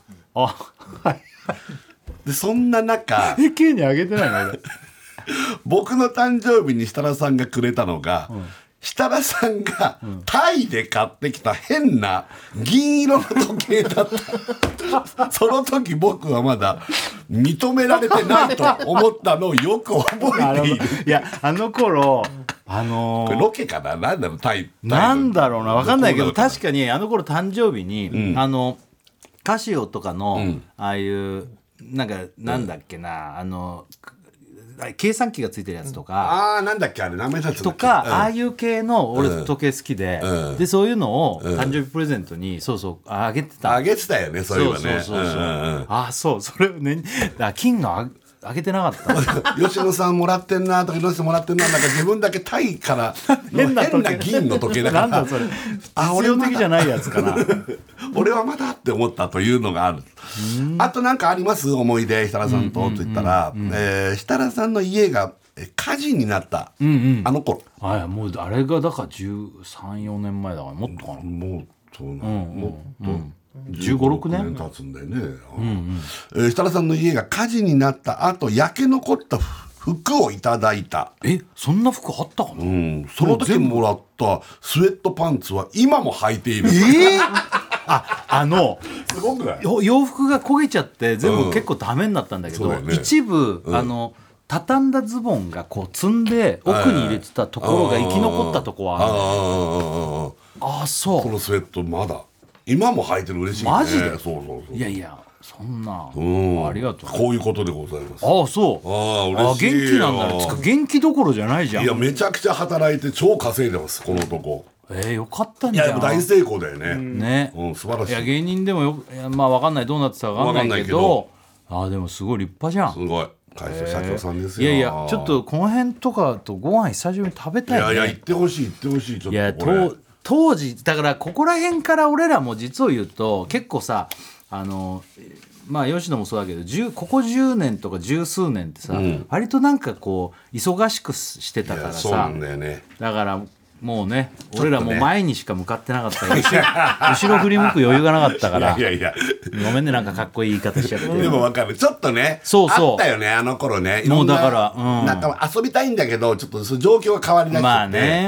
でそんな中 Kにあげてないの俺僕の誕生日に設楽さんがくれたのが、設楽さんがタイで買ってきた変な銀色の時計だったその時僕はまだ認められてないと思ったのをよく覚えている。 いやあの頃これロケかな、なんだろう、タイなんだろうな、分かんないけど確かにあの頃誕生日に、カシオとかの、ああいうなんだっけな、計算機がついてるやつとか、 なんだっけあれ名前だったとか、ああいう系の俺時計好きで、でそういうのを誕生日プレゼントにあげてたよね。そういえばね。 それをね金のあげてなかった吉野さんもらってんなとか吉野さんもらってんな、なんか自分だけタイから変な銀の時計だからなんだそれ実用的じゃないやつかな俺はまだって思ったというのがある。あと何かあります思い出設楽さんとと言ったら、設楽さんの家が火事になった、あの頃。 もうあれがだから13、14年前だからもっとかな。 もっと 15、6年経つんだよね。設楽さんの家が火事になった後焼け残った服をいただいた。 そんな服あったかな。 その時もらったスウェットパンツは今も履いている。すごくない？ 洋服が焦げちゃって全部結構ダメになったんだけど、一部畳んだズボンがこう積んで奥に入れてたところが生き残ったとこはそう。 このスウェットまだ今も履いてる。嬉しいね。 マジで？ そう。 いやそんな、ありがとう。 こういうことでございます。 そう嬉しいよ。元気なんだね。元気どころじゃないじゃん。 いやめちゃくちゃ働いて超稼いでますこの男。 よかったんじゃん。 いや大成功だよね。素晴らしい。 いや芸人でもまあ分かんない、どうなってたか分かんないけど、でもすごい立派じゃん。 すごい会社社長さんですよ。 いやちょっとこの辺とかとご飯久しぶりに食べたいね。 いや行ってほしいちょっと。いや当時だからここら辺から俺らも実を言うと結構さ吉野もそうだけどここ10年とか十数年ってさ、割となんかこう忙しくしてたからさ。 そうなんだよね。 だからもうね俺らも前にしか向かってなかったから後ろ振り向く余裕がなかったからいやごめんね、なんかかっこいい言い方しちゃって。 でも分かる、ちょっとねあったよねあの頃ね。 もうだからなんか遊びたいんだけどちょっとその状況が変わりだして、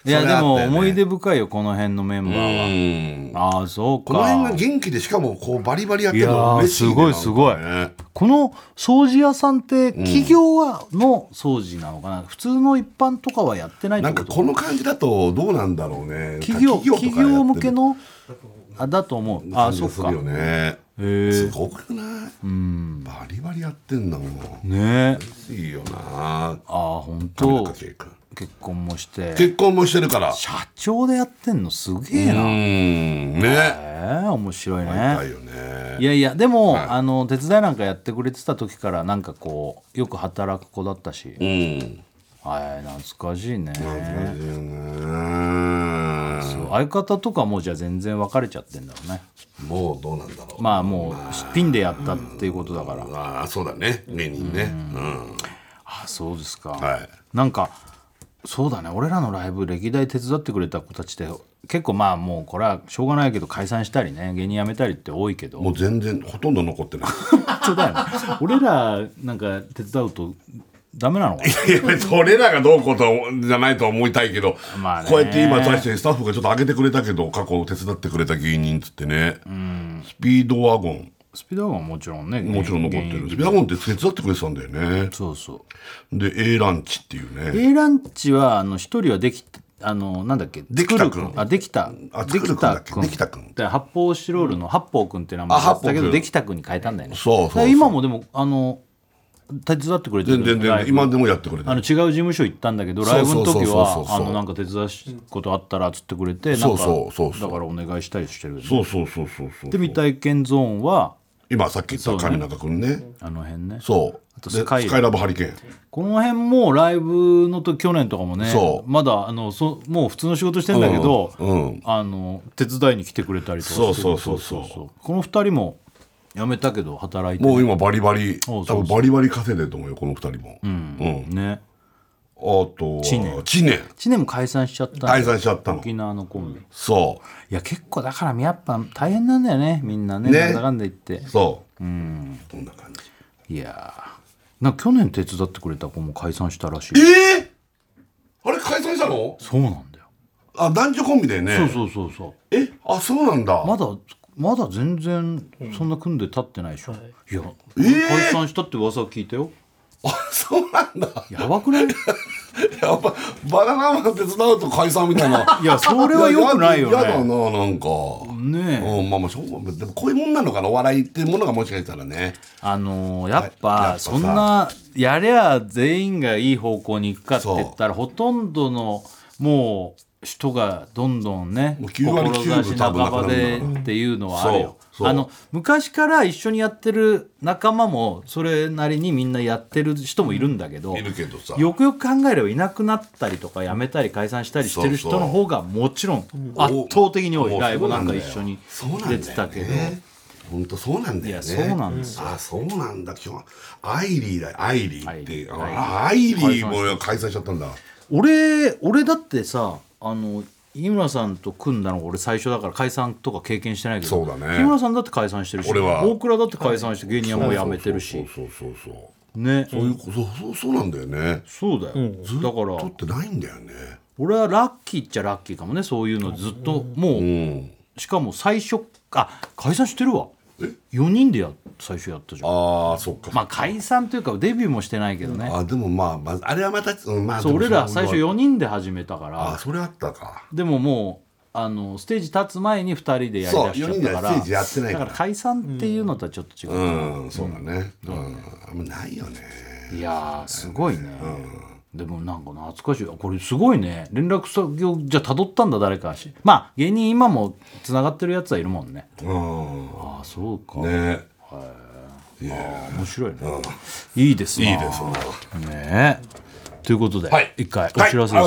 いやでも思い出出深いよこの辺のメンバーは。ああそうか。 この辺が元気でしかもこうバリバリやってるの嬉しいね。 すごいすごい、 ね、 この掃除屋さんって企業の掃除なのかな、普通の一般とかはやってないってこと？ なんかこの感じだとどうなんだろうね。 企業とかやってる向けのだと思う。ああそっか。 するよね。すごくない？バリバリやってんだもんね。 いいよな。 ああ本田当。 中圭君結婚もして結婚もしてるから社長でやってんのすげえな。 ね。 面白いね。 会いたいよね。 いやいやでも、手伝いなんかやってくれてた時からなんかこうよく働く子だったし、はい懐かしいね。 懐かしいよね。 そう相方とかもじゃあ全然別れちゃってんだろうね。 もうどうなんだろう。 まあもうピンでやったっていうことだから。 ああそうだね芸人ね。 あそうですか。 はいなんかそうだね俺らのライブ歴代手伝ってくれた子たちって結構まあもうこれはしょうがないけど解散したりね芸人辞めたりって多いけどもう全然ほとんど残ってない。 本当だよね。俺らなんか手伝うとダメなのかな。 いやそれらがどうこうとじゃないと思いたいけど、 まあねこうやって今対してスタッフがちょっと上げてくれたけど過去手伝ってくれた芸人っつってね、スピードワゴンスピードワゴンはもちろんねもちろん残ってる。スピードワゴンって手伝ってくれてたんだよね。 そうそで A ランチっていうう。 ね A ランチは一人はできたなんだっけできたくんできた作るくんだっけできたくんで発泡スチロールの八方くんって名前だったけどできたくんに変えたんだよね。 そうだから今もでも手伝ってくれてる全然今でもやってくれてる。 違う事務所行ったんだけどライブの時そうはなんか手伝うことあったらつってくれてなんかそうだからお願いしたりしてるよね。 そうで未体験ゾーンは今さっき言った上中くんね。 あの辺ね。 そうであとスカイラブハリケーン。 この辺もライブの時去年とかもねそうまだもう普通の仕事してんだけど、手伝いに来てくれたりとかしてそうこの2人も辞めたけど働いて、 もう今バリバリそう多分バリバリ稼いでると思うよこの二人も。 ね。 あと知念知念も解散しちゃったんだよ。 解散しちゃったの。 沖縄のコンビ。 そいや結構だからやっぱ大変なんだよねみんなねねなんだかんだ言ってうそうこんな感じ。 いやなんか去年手伝ってくれた子も解散したらしい。 あれ解散したの？ そうなんだよ。 あ男女コンビだよね。 そうあそうなんだ。 まだ全然そんな組んで立ってないでしょ、いや、解散したって噂を聞いたよ。 あそうなんだ。 やばくない？ やっぱバナナマン手伝うと解散みたいな。 いやそれは良くないよね。 やだななんかねえ、 まあしょうがない。でもこういうもんなのかなお笑いっていうものがもしかしたらね。 やっぱそんなやりゃ全員がいい方向に行くかって言ったらほとんどのもう人がどんどんねもう9割9分志半ばでっていうのはあるよ。昔から一緒にやってる仲間もそれなりにみんなやってる人もいるんだけど、 いるけどさよくよく考えればいなくなったりとか辞めたり解散したりしてる人の方がもちろん圧倒的に多い。ライブなんか一緒に出てたけど本当そうなんだよね。 いやそうなんですよ。 あそうなんだ。今日アイリーだ。アイリーってアイリーも解散しちゃったんだ。 俺だってさ井村さんと組んだのが俺最初だから解散とか経験してないけど、 そうだね。 日村さんだって解散してるし、 俺は大倉だって解散して芸人はもう辞めてるし、 そうね、 そうなんだよね。 そうだよ、だから取ってないんだよね。 俺はラッキーっちゃラッキーかもね。そういうのずっともう、しかも最初解散してるわ。4人で最初やったじゃん。 ああそっか。 まあ解散というかデビューもしてないけどね。 でもまああれはまたそう俺ら最初4人で始めたから。 それあったか。 でももうステージ立つ前に2人でやりだしちゃったから、 ステージやってないから、 だから解散っていうのとはちょっと違う。 そうだね。あんまないよね。 いやすごいね。でもなんか懐かしい。これすごいね。連絡先をじゃあ辿ったんだ誰かし。まあ芸人今もつながってるやつはいるもんね。ああそうか。 ね。 面白いね。いいですね。 いいですね。ということで一回お知らせです。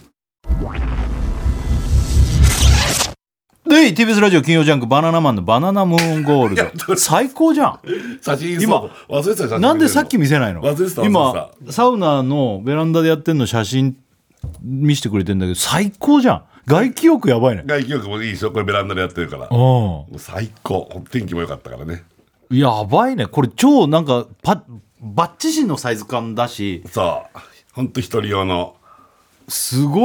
で TBS ラジオ金曜ジャンクバナナマンのバナナムーンゴールド最高じゃん。 写真今忘れてた写真。 なんでさっき見せないの？ 忘れてた。 今サウナのベランダでやってんの写真見せてくれてんだけど最高じゃん。外気浴やばいね。 外気浴もいいでしょ。これベランダでやってるから最高。天気も良かったからね。 やばいね。これ超なんかバッチシのサイズ感だし、 そうほんと一人用のすごい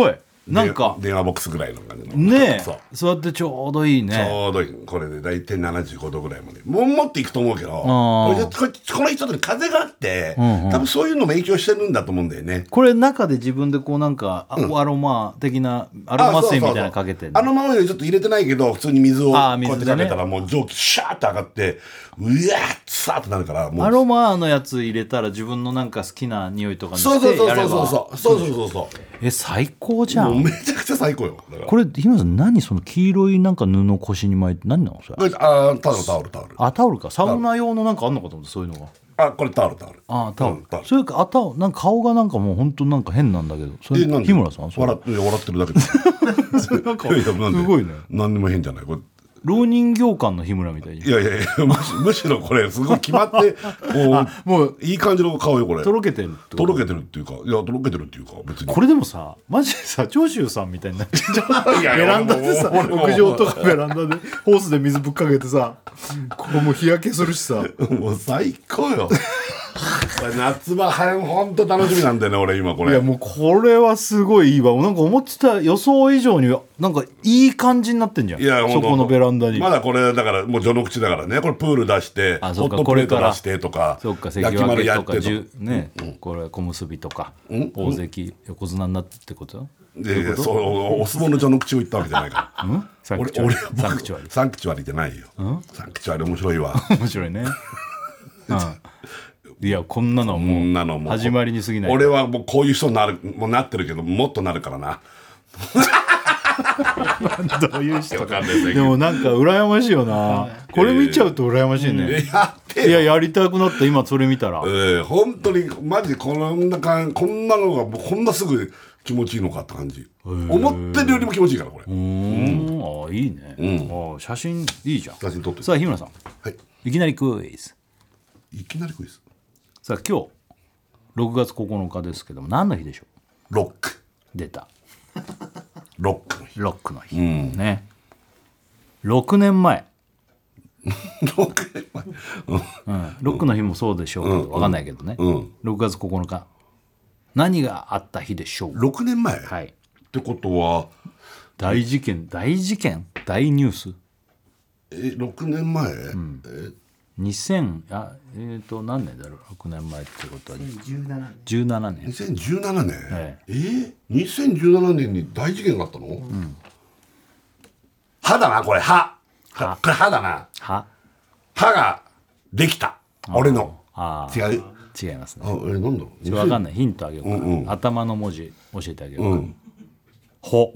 なんか電話ボックスぐらいの感じのねそうえそうやってちょうどいいね。 ちょうどいいこれで大体75度ぐらいまでもっといくと思うけどこの人に風があって、多分そういうのも影響してるんだと思うんだよね。 これ中で自分でこうなんか、アロマ的なアロマ水みたいなのかけてんの。 アロマオイルちょっと入れてないけど普通に水をこうやって水でねかけたらもう蒸気シャーって上がってうわーっさーってなるからもうアロマのやつ入れたら自分のなんか好きな匂いとかにそうしてやればそう最高じゃん。 もうめちゃくちゃ最高よ。だからこれ日村さん何その黄色いなんか布腰に巻いて何なのそれ。 これタオルタオルか。サウナ用のなんかあんのかと思ってそういうのが。 これタオルタオルそれかなんか顔がなんかもう本当なんか変なんだけどそれ日村さんそれ笑ってるだけですなんかすごいね。 何にも変じゃないこれ老人形館の日村みたいに。 いやむしろこれすごい決まってもういい感じの顔よこれ。 とろけてるってとろけてるっていうか別にこれでもさマジでさ長州さんみたいになってベランダでさ屋上とかベランダでホースで水ぶっかけてさここもう日焼けするしさもう最高よ夏場ほんと楽しみなんだよね俺今これ。 いやもうこれはすごいいいわ。なんか思ってた予想以上になんかいい感じになってんじゃん。 いやそこのベランダにまだこれだからもう序の口だからねこれプール出してホットプレート出してとか焼き丸やってとかねこれ小結びとか大関横綱になってってことでそうお相撲の序の口を言ったわけじゃないからサンクチュアリじゃないよ。サンクチュアリ面白いわ面白いねいやこんなのはもう始まりに過ぎない。 俺はもうこういう人になってるけどもっとなるからなどういう人かでもなんか羨ましいよなこれ見ちゃうと羨ましいね。いややりたくなった今それ見たら本当にマジでこんなのがこんなすぐ気持ちいいのかって感じ。思ってるよりも気持ちいいからこれ。 あいいね。写真いいじゃん。 写真撮って。 さあ日村さんいきなりクイズ。さあ今日6月9日ですけども何の日でしょう。 ロック出たロックの日、ね6年前ロックの日もそうでしょうけど分かんないけどね、6月9日何があった日でしょう。 6年前、ってことは大事件大ニュース。 6年前、 何年だろう6年前ってことは2017年。 2017年2017年に大事件があったの。歯だなこれ歯だな。歯ができた俺の。違いますね。 なんだろう分かんないヒントあげようか。頭の文字教えてあげようか。ほ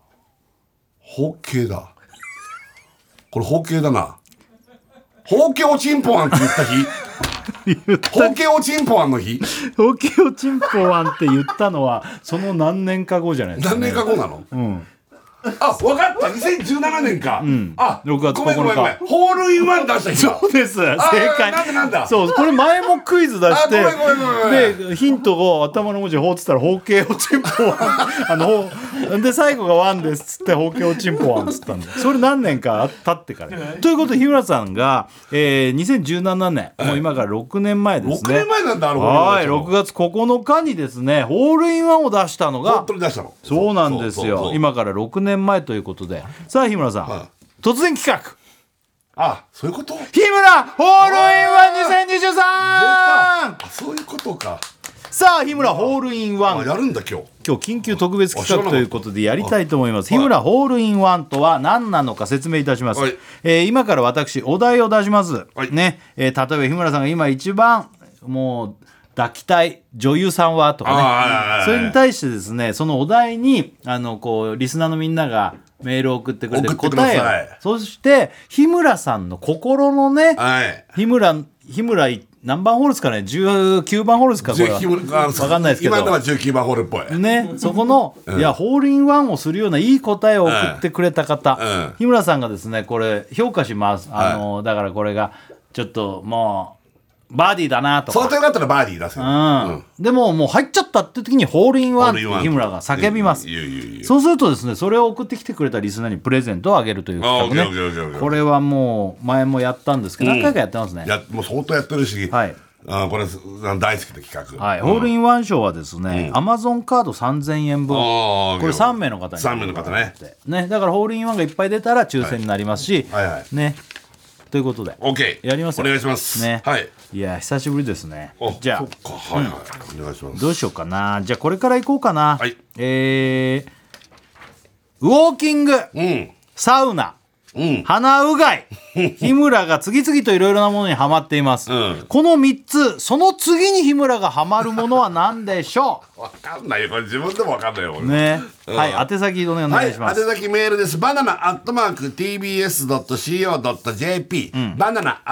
形だこれほ形だな。ほうけおちんぽあんって言った日ほうけおちんぽあんの日ほうけおちんぽあんって言ったのはその何年か後じゃないですか、ね、 何年か後なの。あ、分かった2017年か。 6月9日ごめんホールインワン出した日。 そうです正解。 なんだそうこれ前もクイズ出してごめんでヒントを頭の文字をほうってたらほうけおちんぽあんで最後がワンですっつってほうけおちんぽあんっつったんでそれ何年か経ってからということで日村さんが、2017年もう今から6年前ですね。 6年前なんだ。 はい6月9日にですねホールインワンを出したのが本当に出したの。 そうなんですよ。今から6年前ということでさあ日村さん、突然企画。 そういうこと。 日村ホールインワン2023。 そういうことか。 さあ日村ホールインワンやるんだ今日緊急特別企画ということでやりたいと思います。日村ホールインワンとは何なのか説明いたします。今から私お題を出します、ね例えば日村さんが今一番もう抱きたい女優さんはとかねそれに対してですねそのお題にこうリスナーのみんながメールを送ってくれて答えをそして日村さんの心のね、日村何番ホールですかね19番ホールですかこれは分かんないですけど今のは19番ホールっぽいねそこの、いやホールインワンをするようないい答えを送ってくれた方、日村さんがですねこれ評価します。だからこれがちょっともうバーディーだなとか相当だったらバーディー出せでももう入っちゃったって時にホールインワンって日村が叫びます。そうするとですねそれを送ってきてくれたリスナーにプレゼントをあげるという企画ね。これはもう前もやったんですけど何回かやってますね。 もう相当やってるしこれ大好きな企画。 はい、ホールインワン賞はですね、アマゾンカード3000円分、これ3名の方に 3名の方ね。 だからホールインワンがいっぱい出たら抽選になりますし、ね、ということで OK やりますよ。 お願いしますね。 はい。 いや久しぶりですね。じゃあそっか、はいはい、お願いします。 どうしようかな。じゃあこれからいこうかな。 はい。 ウォーキング、サウナ、鼻うがい、日村が次々といろいろなものにはまっています、この3つ、その次に日村がはまるものは何でしょう。わかんないよ、これ自分でもわかんないよ、 ね。はい、宛先お願いします。 はい、宛先メールです。バナナ@tbs.co.jp、バナナ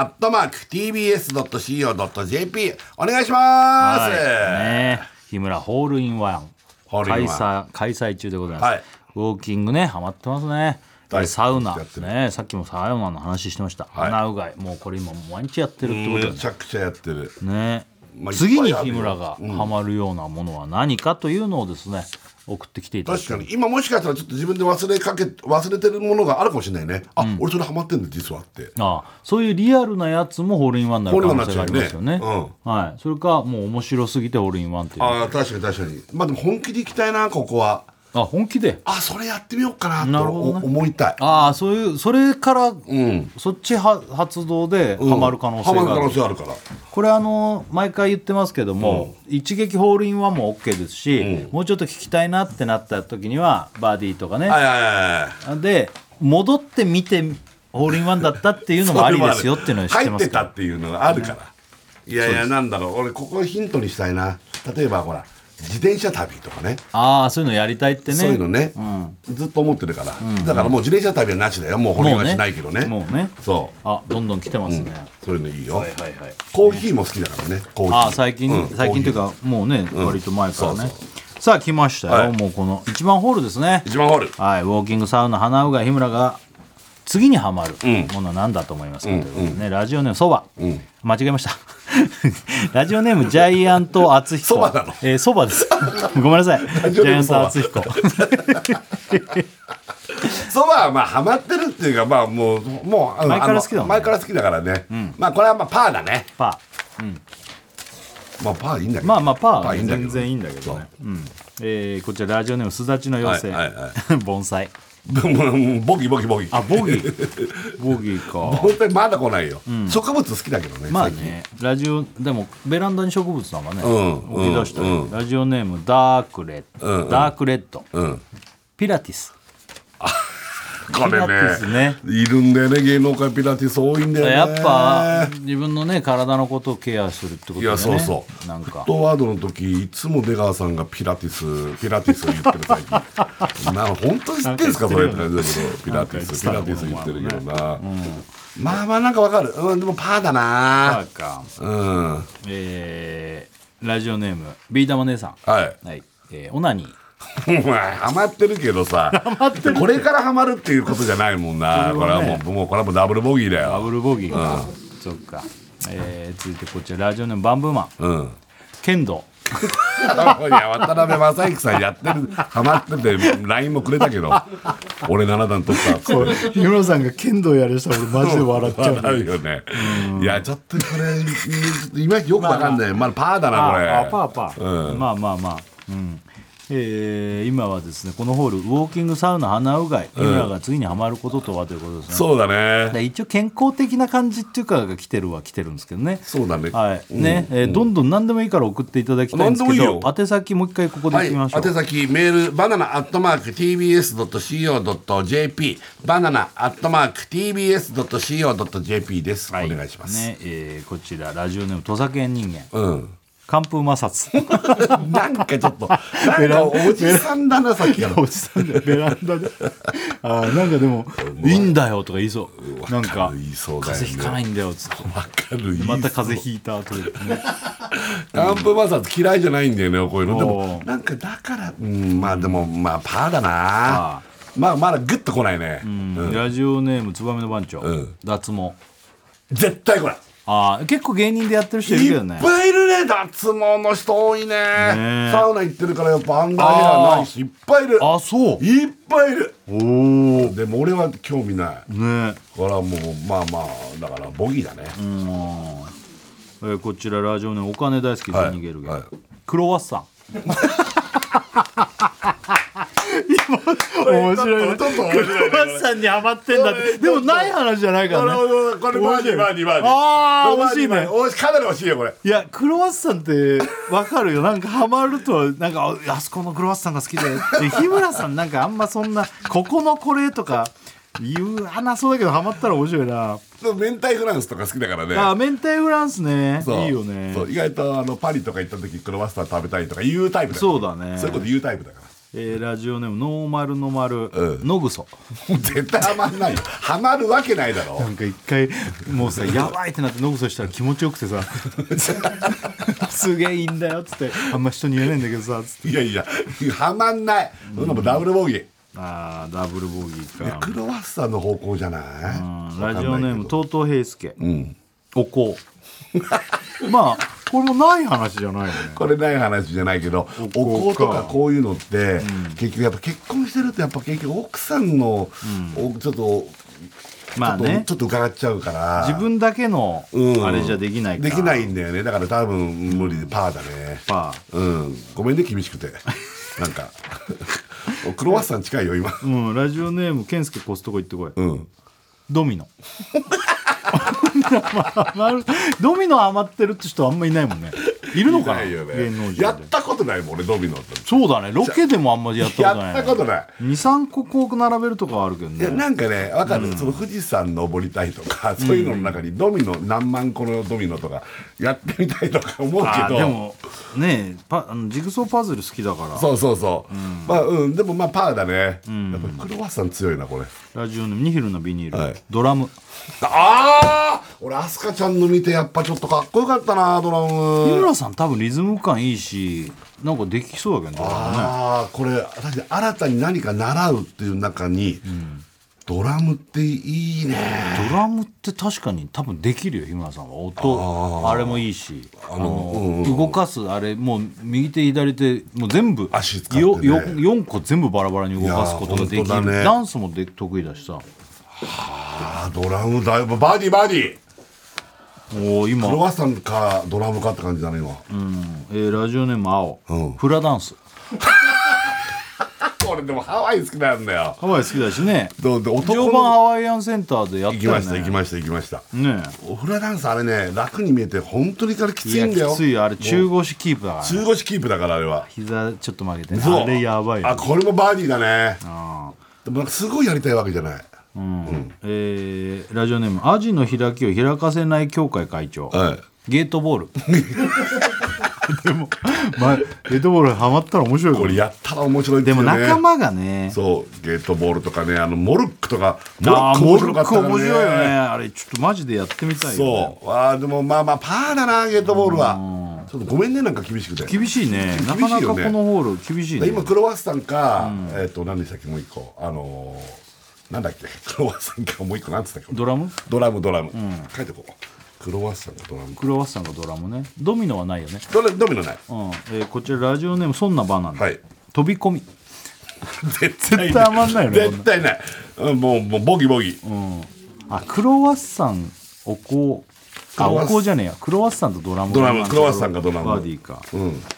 @tbs.co.jp お願いします。 ね、日村ホールインワン開催中でございます。ウォーキングね、ハマってますね。サウナね、さっきもサウナの話してました。鼻うがい、もうこれ今毎日やってるってことで、 めちゃくちゃやってるね。次に日村がハマるようなものは何かというのをですね、送ってきていただきたい。 確かに今もしかしたらちょっと自分で忘れてるものがあるかもしれないね。俺それハマってんだ実はって。 そういうリアルなやつもホールインワンになる可能性がありますよね。はい、それかもう面白すぎてホールインワンっていう。 確かに。まあでも本気でいきたいな、ここは。 本気でそれやってみようかなと思いたい。 それから、そっち発動でハマる可能性があるから。これ毎回言ってますけども、一撃ホールインワンも OK ですし、もうちょっと聞きたいなってなった時にはバーディーとかね、で戻ってみてホールインワンだったっていうのもありですよっていうのを知ってます。 入ってたっていうのがあるから。いやなんだろう、俺ここヒントにしたいな。例えばほら自転車旅とかね。 そういうのやりたいってね。 そういうのね、ずっと思ってるから、だからもう自転車旅はなしだよ。もうホールインワンしないけどね。 もうね。 そうどんどん来てますね。 そういうのいいよ。コーヒーも好きだからね。コーヒー最近というかもうね、割と前からね。さあ来ましたよ。もうこの1番ホールですね。 1番ホール。 はい、ウォーキングサウナ鼻うがい日村が次にはまるものは何だと思いますかということでね。ラジオネームそば、間違えました。ラジオネームジャイアント厚彦。 そばなの？ そばです。ごめんなさい。ジャイアント厚彦。 そばはまあハマってるっていうか、まあもう前から好きだもんね。 前から好きだからね。まあこれはまあパーだね。 パー。 まあパーいいんだけど。 まあパー全然いいんだけどね。こちらラジオネームすだちの妖精。盆栽。 ボギーボギーか。本当にまだ来ないよ。植物好きだけどね。 まあね、ラジオでもベランダに植物なんかね、置き出したり。ラジオネームダークレッド、ピラティス。 これね、いるんだよね、芸能界ピラティス多いんだよね。 やっぱ自分のね体のことをケアするってことだよね。 いやそうなんかフットワードの時いつも出川さんがピラティスを言ってる最近。本当に知ってんすかそれって感じだけど、ピラティス言ってるけどな。まあなんかわかる。でもパーだな。 パーか。ラジオネームビー玉姉さん。 はい。 オナニー。 お前ハマってるけどさ、これからハマるっていうことじゃないもんな。これはもうこれはもうダブルボギーだよ。 ダブルボギーか。そっか。続いてこちらラジオネームバンブーマン。剣道。 いや渡辺正行さんやってるハマってて LINE もくれたけど、俺7段取ったって。 日村さんが剣道やる人は俺マジで笑っちゃう。 笑うよね。いやちょっとこれ今よくわかんない。まだパーだなこれ。 パー。まあ。今はですねこのホールウォーキングサウナ鼻うがい日村が次にはまることとはということですね。 そうだね。 一応健康的な感じっていうかが来てるんですけどね。 そうだね。 はいね、どんどん何でもいいから送っていただきたいんですけど、宛先もう一回ここで言ってみましょう。 宛先メールバナナ@tbs.co.jp バナナ@tbs.co.jp です。お願いしますね。こちらラジオネーム土佐犬人間。寒風摩擦。 なんかちょっとなんかおじさんだなさっきから。 おじさんだベランダで。なんかでもいいんだよとか言いそう。なんか風邪ひかないんだよっつって。 わかる。 また風邪ひいたとか。 寒風摩擦嫌いじゃないんだよねこういうの。でもなんかだからまあでもまあパーだな。まだグッとこないね。 ラジオネームツバメの番長。脱毛。 絶対これ。 結構芸人でやってる人いるけどね。 いっぱいいるね。脱毛の人多いね。サウナ行ってるからやっぱアンダーヘアないしいっぱいいる。 そういっぱいいる。でも俺は興味ないね。これはもうまあだからボギーだね。 こちらラジオネームお金大好きで逃げるけど、 はいクロワッサン面白いね。 ちょっと面白いねクロワッサンにハマってんだってでもない話じゃないからね。 これバーディーバーディーバーディー。 あー惜しいね。 かなり惜しいよこれ。 いやクロワッサンってわかるよ。なんかハマるとなんかあそこのクロワッサンが好きで日村さんなんかあんまそんなここのこれとか言わなそうだけどハマったら面白いな。 明太フランスとか好きだからね。 あ明太フランスねそういいよね。 そう意外とパリとか行った時クロワッサン食べたいとか言うタイプだから。 そうだね。 そういうこと言うタイプだから。 ラジオネームノーマルノマルのぐそ。 絶対ハマんないよ。ハマるわけないだろ。 なんか一回もうさやばいってなってのぐそしたら気持ちよくてさすげえいいんだよっつってあんま人に言えないんだけどさつっていやいやハマんない。そんなもんダブルボギー。 あーダブルボギーか。 クロワッサンの方向じゃない。 ラジオネームとうとう平介、 んおこうまあこれもない話じゃないよね。 これない話じゃないけどお香とかこういうのって、結局やっぱ結婚してるとやっぱ結局奥さんの、ちょっとまあねちょっと伺っちゃうから自分だけのあれじゃできないから、 できないんだよね。だから多分無理でパーだね。 パごめんね厳しくてなんかクロワッサン近いよ今。 ー、ラジオネーム健介コストコ行ってこい、ドミノドミノ余ってるって人あんまいないもんね。いるのかな。 いないよね芸能人でやったことないもん俺ドミノってそうだね。ロケでもあんまりやったことない、 やったことない。 2,3 個こう並べるとかはあるけどいやね。 なんかね分かる、その富士山登りたいとかそういうのの中にドミノ何万個のドミノとかやってみたいとか思うけあどでもねジグソーパズル好きだから。 そうそうそう、まあでもまあパーだね、やっぱクロワッサン強いなこれ。 ラジオネームニヒルのビニール、 はいドラム。 ああ俺アスカちゃんの見てやっぱちょっとかっこよかったなドラム。 日村さん多分リズム感いいしなんかできそうだけどね。 ああこれ確かに新たに何か習うっていう中に、ドラムっていいね。 ドラムって確かに多分できるよ日村さんは。音あれもいいし動かすあれもう右手左手もう全部足使ってね 4個全部バラバラに動かすことができる、 いや本当だねダンスも得意だしさ。 ドラムだいぶバーディーバーディー。 お今クロワッサンかドラムかって感じだね今。 ラジオネーム青、 うんフラダンス。 俺でもハワイ好きなんだよ。 ハワイ好きだしね。 どうで男常磐ハワイアンセンターでやったよね。 行きました行きました行きました。 ねおフラダンスあれね楽に見えて本当にからきついやいんだよ。 きついよあれ中腰キープだから、ね、 中腰キープだからあれは。 膝ちょっと曲げてね。 そうあれやばいよ。 あこれもバーディーだね。 あでもなんかすごいやりたいわけじゃない。 ラジオネームアジの開きを開かせない協会会長、 はいゲートボールでも、まあ、ゲートボールハマったら面白いよこれやったら面白いってでもいうね。 仲間がねそうゲートボールとかねモルックとかモモルック面白かったからね。 面白いよねあれちょっとマジでやってみたいよ、ね、 そうでもまあまあパーだなゲートボールは。ちょっとごめんねなんか厳しくて。 厳しいねなかなかこのホール厳しいね。 今クロワッサンか、何でしたっけもう一個なんだっけクロワッサンかもう一個なんつったっけドラムドラム、書いてこうクロワッサンかドラムクロワッサンがドラムね。ドミノはないよね。 ドミノないこちらラジオネームそんなバナナ、 はい飛び込み。 絶絶対余んないよね絶対ないもうボギボギあクロワッサンお香あお香じゃねえやクロワッサンとドラムクロワッサンがドラムバーディーか。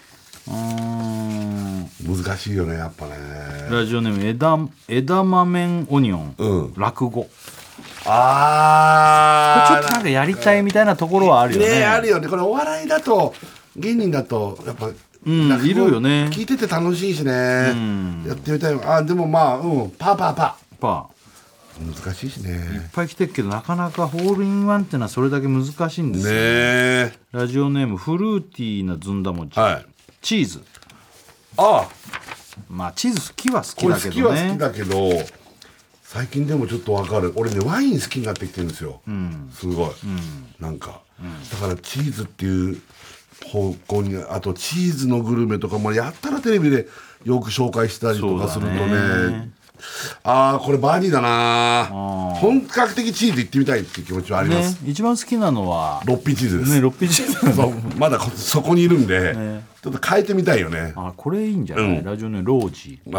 難しいよねやっぱね。 ラジオネーム枝豆オニオン、落語。これちょっとなんかやりたいみたいなところはあるよね。 あるよね。これお笑いだと芸人だとやっぱ落語いるよね聞いてて楽しいしねやってみたい。でもまあパーパ難しいしね。 ーいっぱい来てるけどなかなかホールインワンってのはそれだけ難しいんですよ、 ねラジオネームフルーティーなずんだ餅、 はいチーズ。 あまあチーズ好きは好きこれだけどね。 好きは好きだけど最近でもちょっとわかる。俺ねワイン好きになってきてるんですよ、すごい、なんか、だからチーズっていう方向にあとチーズのグルメとかもやったらテレビでよく紹介したりとかするとそうだねこれバーディーだな。本格的チーズいってみたいっていう気持ちはあります、 一番好きなのは 6ピチーズです、 ね6ピチーズそうまだそこにいるんで、ちょっと変えてみたいよね。 あこれいいんじゃない、ラジオネームロージー。 はい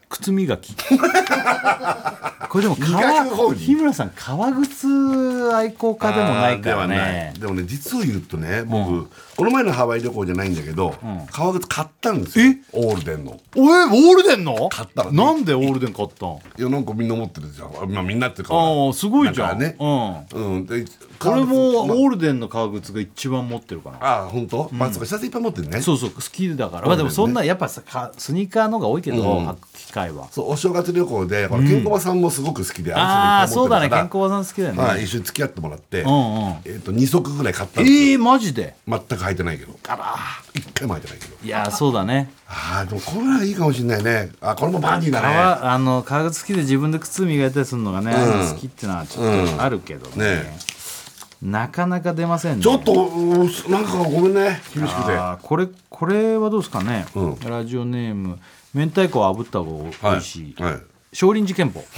靴磨きこれでも磨く方に日村さん革靴愛好家でもないからね。 でもね実を言うとね僕、この前のハワイ旅行じゃないんだけど、革靴買ったんですよ。オールデンの。 オールデンの買ったらね。 なんでオールデン買ったん？ いやなんかみんな持ってるじゃん。まあみんなっていうかすごいじゃんね。で俺もオールデンの革靴が一番持ってるかな。 本当？まあそうか下手いっぱい持ってるね。 そう好きだから。まあでもそんなやっぱスニーカーの方が多いけど、履く機会は。 そうお正月旅行でケンコバさんもすごく好きで、 そうだね、ケンコバさん好きだよね。 一緒に付き合ってもらって2足ぐらい買ったんですよ。マジで？ 全く履いてないけど。一回も履いてないけど。 いやそうだね。 でもこれはいいかもしれないね。これもバンディだね。 革靴好きで自分で靴磨いたりするのがね、好きっていうのはちょっとあるけどね。なかなか出ませんね。 ちょっとなんかごめんね厳しくて。 これはどうですかね。ラジオネーム明太子を炙った方が美味しい。少林寺拳法。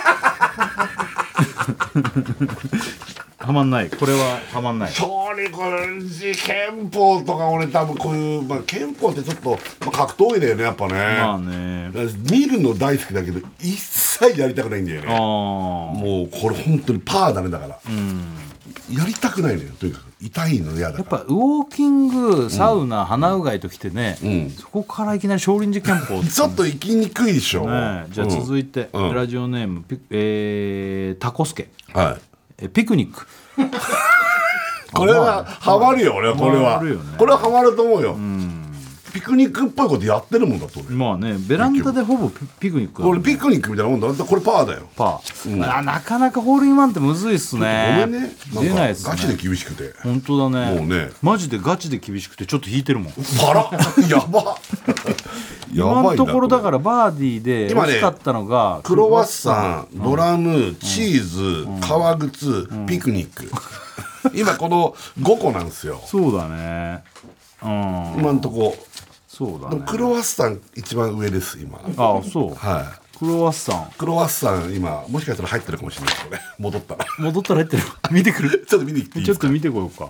はまんない。これははまんない。 少林拳法とか俺多分こういう拳法ってちょっと格闘技だよねやっぱね。 まあね。 見るの大好きだけど一切やりたくないんだよね。もうこれ本当にパーだねだから。やりたくないのよとにかく痛いの嫌だから。 やっぱウォーキングサウナ、鼻うがいときてね、そこからいきなり少林寺拳法ちょっと行きにくいでしょ、 じゃあ続いて、ラジオネームタコスケ、ピクニックこれはハマるよ俺は。これはハマると思うよ。ピクニックっぽいことやってるもんだと俺。 まあねベランダでほぼピクニックだ、 俺ピクニックみたいなもんだ。これパーだよ。 パー、なかなかホールインワンってむずいっすね。 ごめんね出ないっすね。 ガチで厳しくて。 本当だね。 もうねマジでガチで厳しくてちょっと引いてるもん。 あらやば今のところだからバーディーで惜しかったのがクロワッサン、ドラム、チーズ、革靴、ピクニック今この5個なんですよ。 そうだね。 今んとこ。 そうだね。 でもクロワッサン一番上です今。 そう。クロワッサン今もしかしたら入ってるかもしれないですこれ。戻ったら入ってる。見てくる。 ちょっと見に行っていいですか。 ちょっと見てこようか。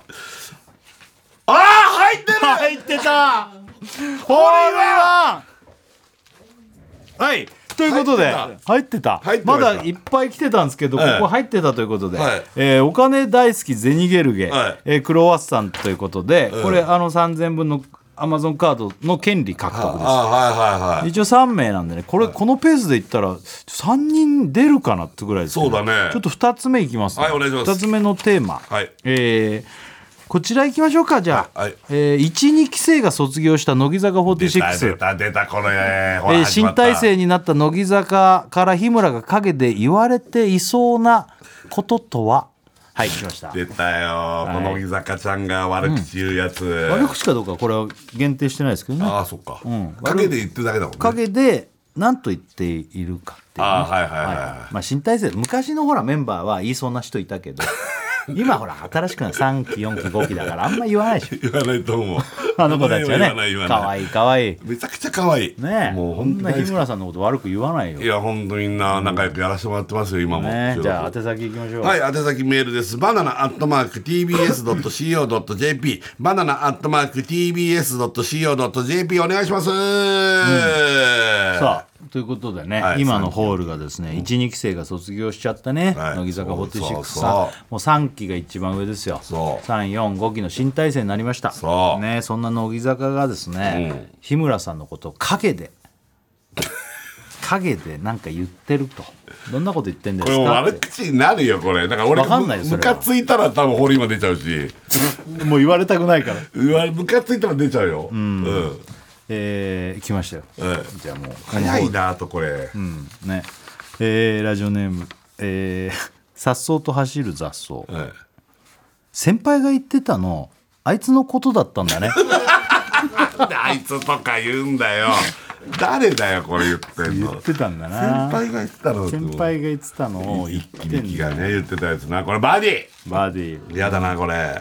入ってる。 入ってた。ホールインワン。はい。ということで入ってた。まだいっぱい来てたんですけど、ここ入ってたということで、お金大好きゼニゲルゲ、クロワッサンということで、これ3000分のアマゾンカードの権利獲得です。一応3名なんでね、このペースでいったら3人出るかなってぐらいですけど。 そうだね。 ちょっと2つ目いきますね。 お願いします。 2つ目のテーマ、こちら行きましょうか。じゃあ、1,2 期生が卒業した乃木坂46。 出たこれ、 新体制になった乃木坂から日村が陰で言われていそうなこととは。はい、来ました。 出たよ、この乃木坂ちゃんが悪口言うやつ。 悪口かどうかこれは限定してないですけどね。 そっか。陰で言ってるだけだもんね。 陰で何と言っているかっていう。新体制、昔のほらメンバーは言いそうな人いたけど今ほら新しくな3期4期5期だからあんま言わないでしょ。 言わないと思う。 あの子たちはね、可愛い可愛い。 めちゃくちゃ可愛い。 ねえ、もう本当に日村さんのこと悪く言わないよ。 いや本当みんな仲良くやらせてもらってますよ今も。 じゃあ宛先いきましょう。 はい、宛先メールです。banana@tbs.co.jp banana@tbs.co.jp お願いします。 さあということでね、今のホールがですね 1,2 期生が卒業しちゃったね、乃木坂46さん。もう3期が一番上ですよ。3、4、5期の新体制になりましたね。そんな乃木坂がですね、日村さんのことを陰でなんか言ってると。どんなこと言ってんですか。 これ悪口になるよこれ。だから俺ムカついたら多分ホールインワン出ちゃうしもう言われたくないからムカついたら出ちゃうよ。 来ましたよ。じゃあもう早いなとこれ。 ね。ラジオネームさっそうと走る雑草。先輩が言ってたのあいつのことだったんだね。 あいつとか言うんだよ。誰だよこれ言ってんの。 言ってたんだな。 先輩が言ってたの。 先輩が言ってたのを一気にがね言ってたやつな。これバディやだなこれ。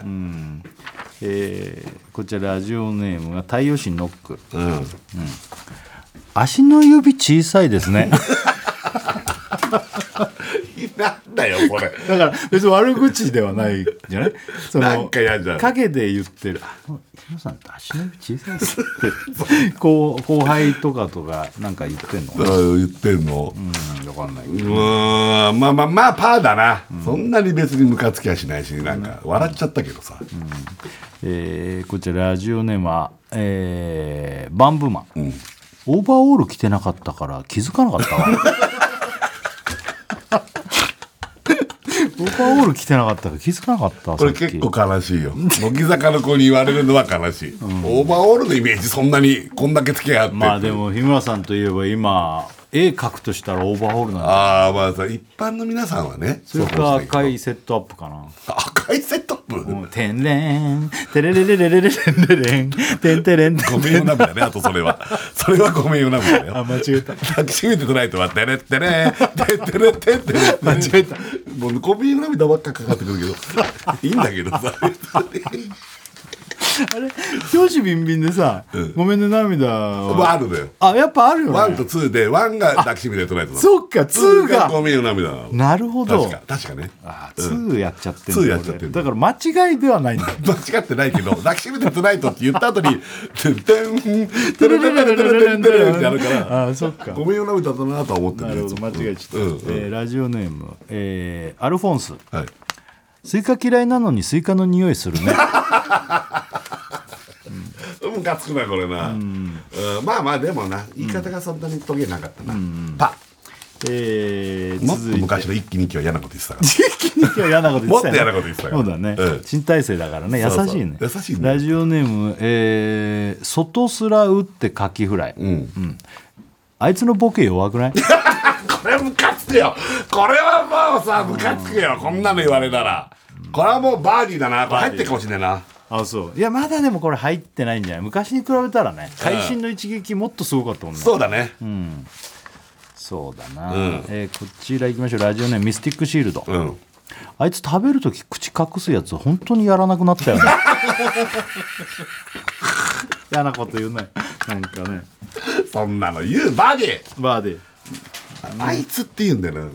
こちらラジオネームが太陽神ノック。足の指小さいですね。 言っなんだよこれ。 だから別に悪口ではないじゃない。そのなんか嫌じゃん。 陰で言ってる。日野さんって足の指小さいですって後輩とかなんか言ってんの。 言ってんの。 分かんない。 まあパーだな、そんなに別にムカつきはしないし、なんか笑っちゃったけどさ。 こちらラジオネームは、バンブーマン、オーバーオール着てなかったから気づかなかったわ。オーバーオール着てなかったから気づかなかったわ。 これ結構悲しいよ。乃木坂の子に言われるのは悲しい、オーバーオールのイメージそんなにこんだけ付き合って。 まあでも日村さんといえば今絵描くとしたらオーバーオールなんだ。 ああ、まあさ、一般の皆さんはね。 それか赤いセットアップかな。 赤いセットアップ、 てんれんてれれれれれれれれれんてんてれん。 ごめんよ涙ね。あとそれはごめんよ涙だよ。 あ、間違えた。 抱きしめてトライトはてれってれてってれてってれ。 間違えた。 もうごめんよ涙ばっかかかってくるけどいいんだけどさ。 あれ表紙ビンビンでさ、ごめんね涙はあるのよ。 あ、やっぱあるよね。 1と2で1が抱きしめてトライトなの。 そっか、2がごめんよ涙なの。 なるほど。 確かね。 2やっちゃってる。 2やっちゃってる。 だから間違いではないんだ。 間違ってないけど、抱きしめてトライトって言った後にてんてんてれれれれれれれってやるから、 あ、そっか。 ごめんよ涙だなとは思ってる。 なるほど、間違えちゃった。ラジオネームアルフォンス。スイカ嫌いなのにスイカの匂いするね。 ムカつくなこれな。まあまあでもな、言い方がそんなにトゲなかったな。パもっと昔の一期二期は嫌なこと言ってたから。 一期二期は嫌なこと言ってた。 もっと嫌なこと言ってたから。 そうだね。新体制だからね、優しいね。 優しいね。 ラジオネーム外すら打ってカキフライ。あいつのボケ弱くない？ これムカつくよ。これはもうさムカつくよ。こんなの言われたら。これはもうバーディーだな。これ入ってるかもしれないな。 あ、そう。いやまだでもこれ入ってないんじゃない。昔に比べたらね、会心の一撃もっとすごかったもんね。 そうだね。 そうだな。こちら行きましょう。ラジオネームミスティックシールド。あいつ食べるとき口隠すやつ本当にやらなくなったよね。嫌なこと言うね。なんかね。 そんなの言うバーディー。 バーディー。 あいつって言うんだよな。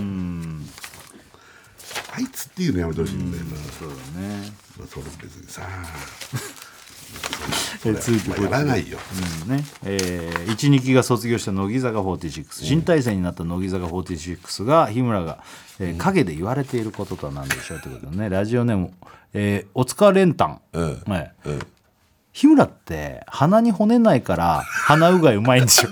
あいつっていうのやめてほしいんだよな。 そうだね。 それ別にさ。 続いてこれやらないよ。 1、2期が卒業した乃木坂46、新体制になった乃木坂46が日村が、陰で言われていることとは何でしょうということでね。ラジオネーム、おつかれんたん。日村って鼻に骨ないから鼻うがいうまいんでしょ。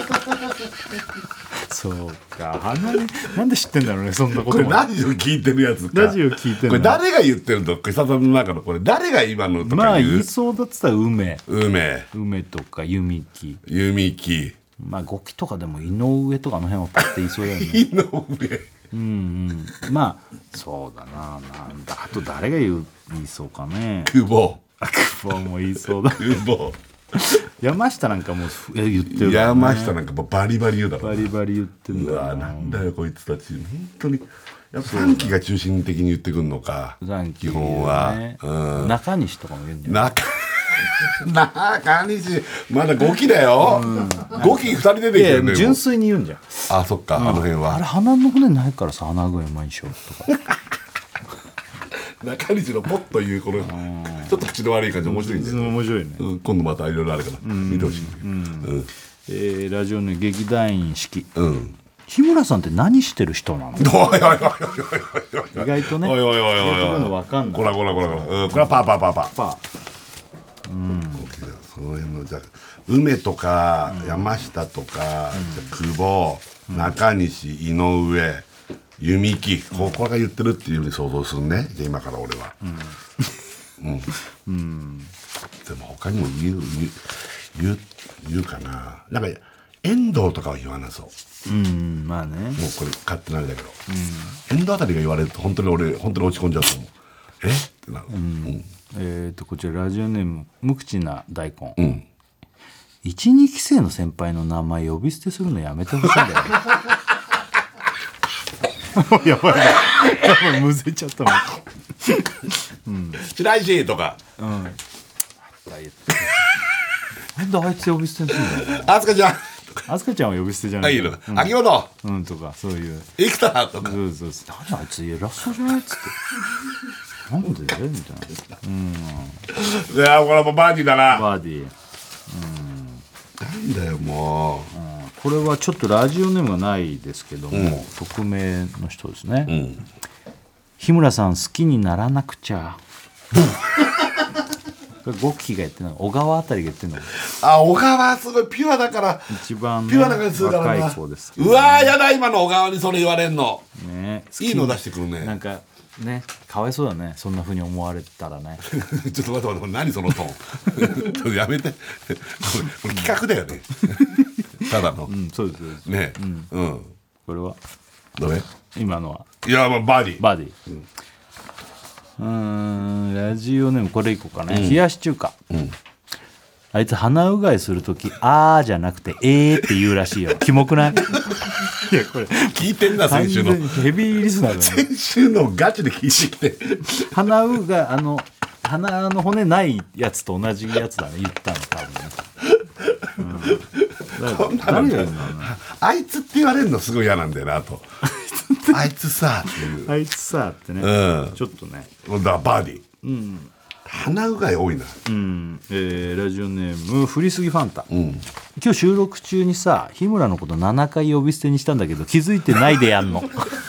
そうか、鼻になんで知ってんだろうね、そんなこと。 これラジオ聞いてるやつか。 ラジオ聞いてる。 これ誰が言ってるの？草さんの中のこれ誰が今のとか言う？ まあ言いそうだって言ったら梅とか弓木。まあ五木とかでも井上とかあの辺はパッて言いそうだよね。 井上。 まあそうだな。なんだあと誰が言いそうかね。 久保も言いそうだ。 久保。 山下なんかもう言ってる、ね、 山下なんかもうバリバリ言うだろう。 バリバリ言ってんだよ。 うわなんだよこいつたち本当に。やっぱ3期が中心的に言ってくんのか。基本は、 中西とかも言うんだよ。 中西まだ5期だよ。5期2人出てきてるね。 純粋に言うんじゃん。 あ、そっか、あの辺はあれ鼻の骨ないからさ鼻声うまいんでしょとか。 中西のポッというこのちょっと口の悪い感じ面白いんだよ。 面白いね。 今度またいろいろあるから見てほしい。 ラジオネーム劇団員式。日村さんって何してる人なの？意外とね。 おいおいおいおい。 分かんない。 こらこらこらこら。これはパー。その辺のじゃ梅とか山下とか久保、中西、井上、弓木、ここが言ってるっていうふうに想像するね。じゃ今から俺は。でも他にも言うかな。なんか遠藤とかは言わなそう。 まあね。もうこれ勝手なあれだけど、遠藤あたりが言われると本当に落ち込んじゃうと思う。ってなる。 こちらラジオネーム無口な大根。1、2期生の先輩の名前呼び捨てするのやめてほしいんだよね。やばいむせちゃったもん。 白石とか。 なんであいつ呼び捨てするんだよ。 あすかちゃん。 あすかちゃんは呼び捨てじゃないいいの秋元うんとかそういう生田とかそうそうそう何あいつ偉そうじゃないっつってなんでみたいな。 いやこれはもうバーディーだなバーディー。 なんだよもこれはちょっとラジオネームがないですけども、匿名の人ですね、日村さん好きにならなくちゃこれ極秘がやってるの小川あたりが言ってるの小川すごいピュアだから一番、ね、 ピュアな感じするからな若い子です、 うわーやだ今の小川にそれ言われんの、 ね、 いいの出してくるねなんかねかわいそうだねそんな風に思われたらねちょっと待って何そのトーンちょっとやめてこれ企画だよねただの、 そうですそうですねこれはどれ今のはいやまあバーディーバーディー、ラジオネームこれいこうかね、冷やし中華、あいつ鼻うがいするときあーじゃなくてって言うらしいよキモくないいやこれ聞いてんな先週の完全にヘビーリスナーだね先週のガチで聞いてきて鼻うが鼻の骨ないやつと同じやつだね言ったの多分ね、誰が言うんだろうねあいつって言われるのすごい嫌なんだよなとあいつさっていうあいつさってね、ちょっとねだバーディー、鼻うがい多いな、 ラジオネーム振りすぎファンタ、今日収録中にさ日村のこと7回呼び捨てにしたんだけど気づいてないでやんの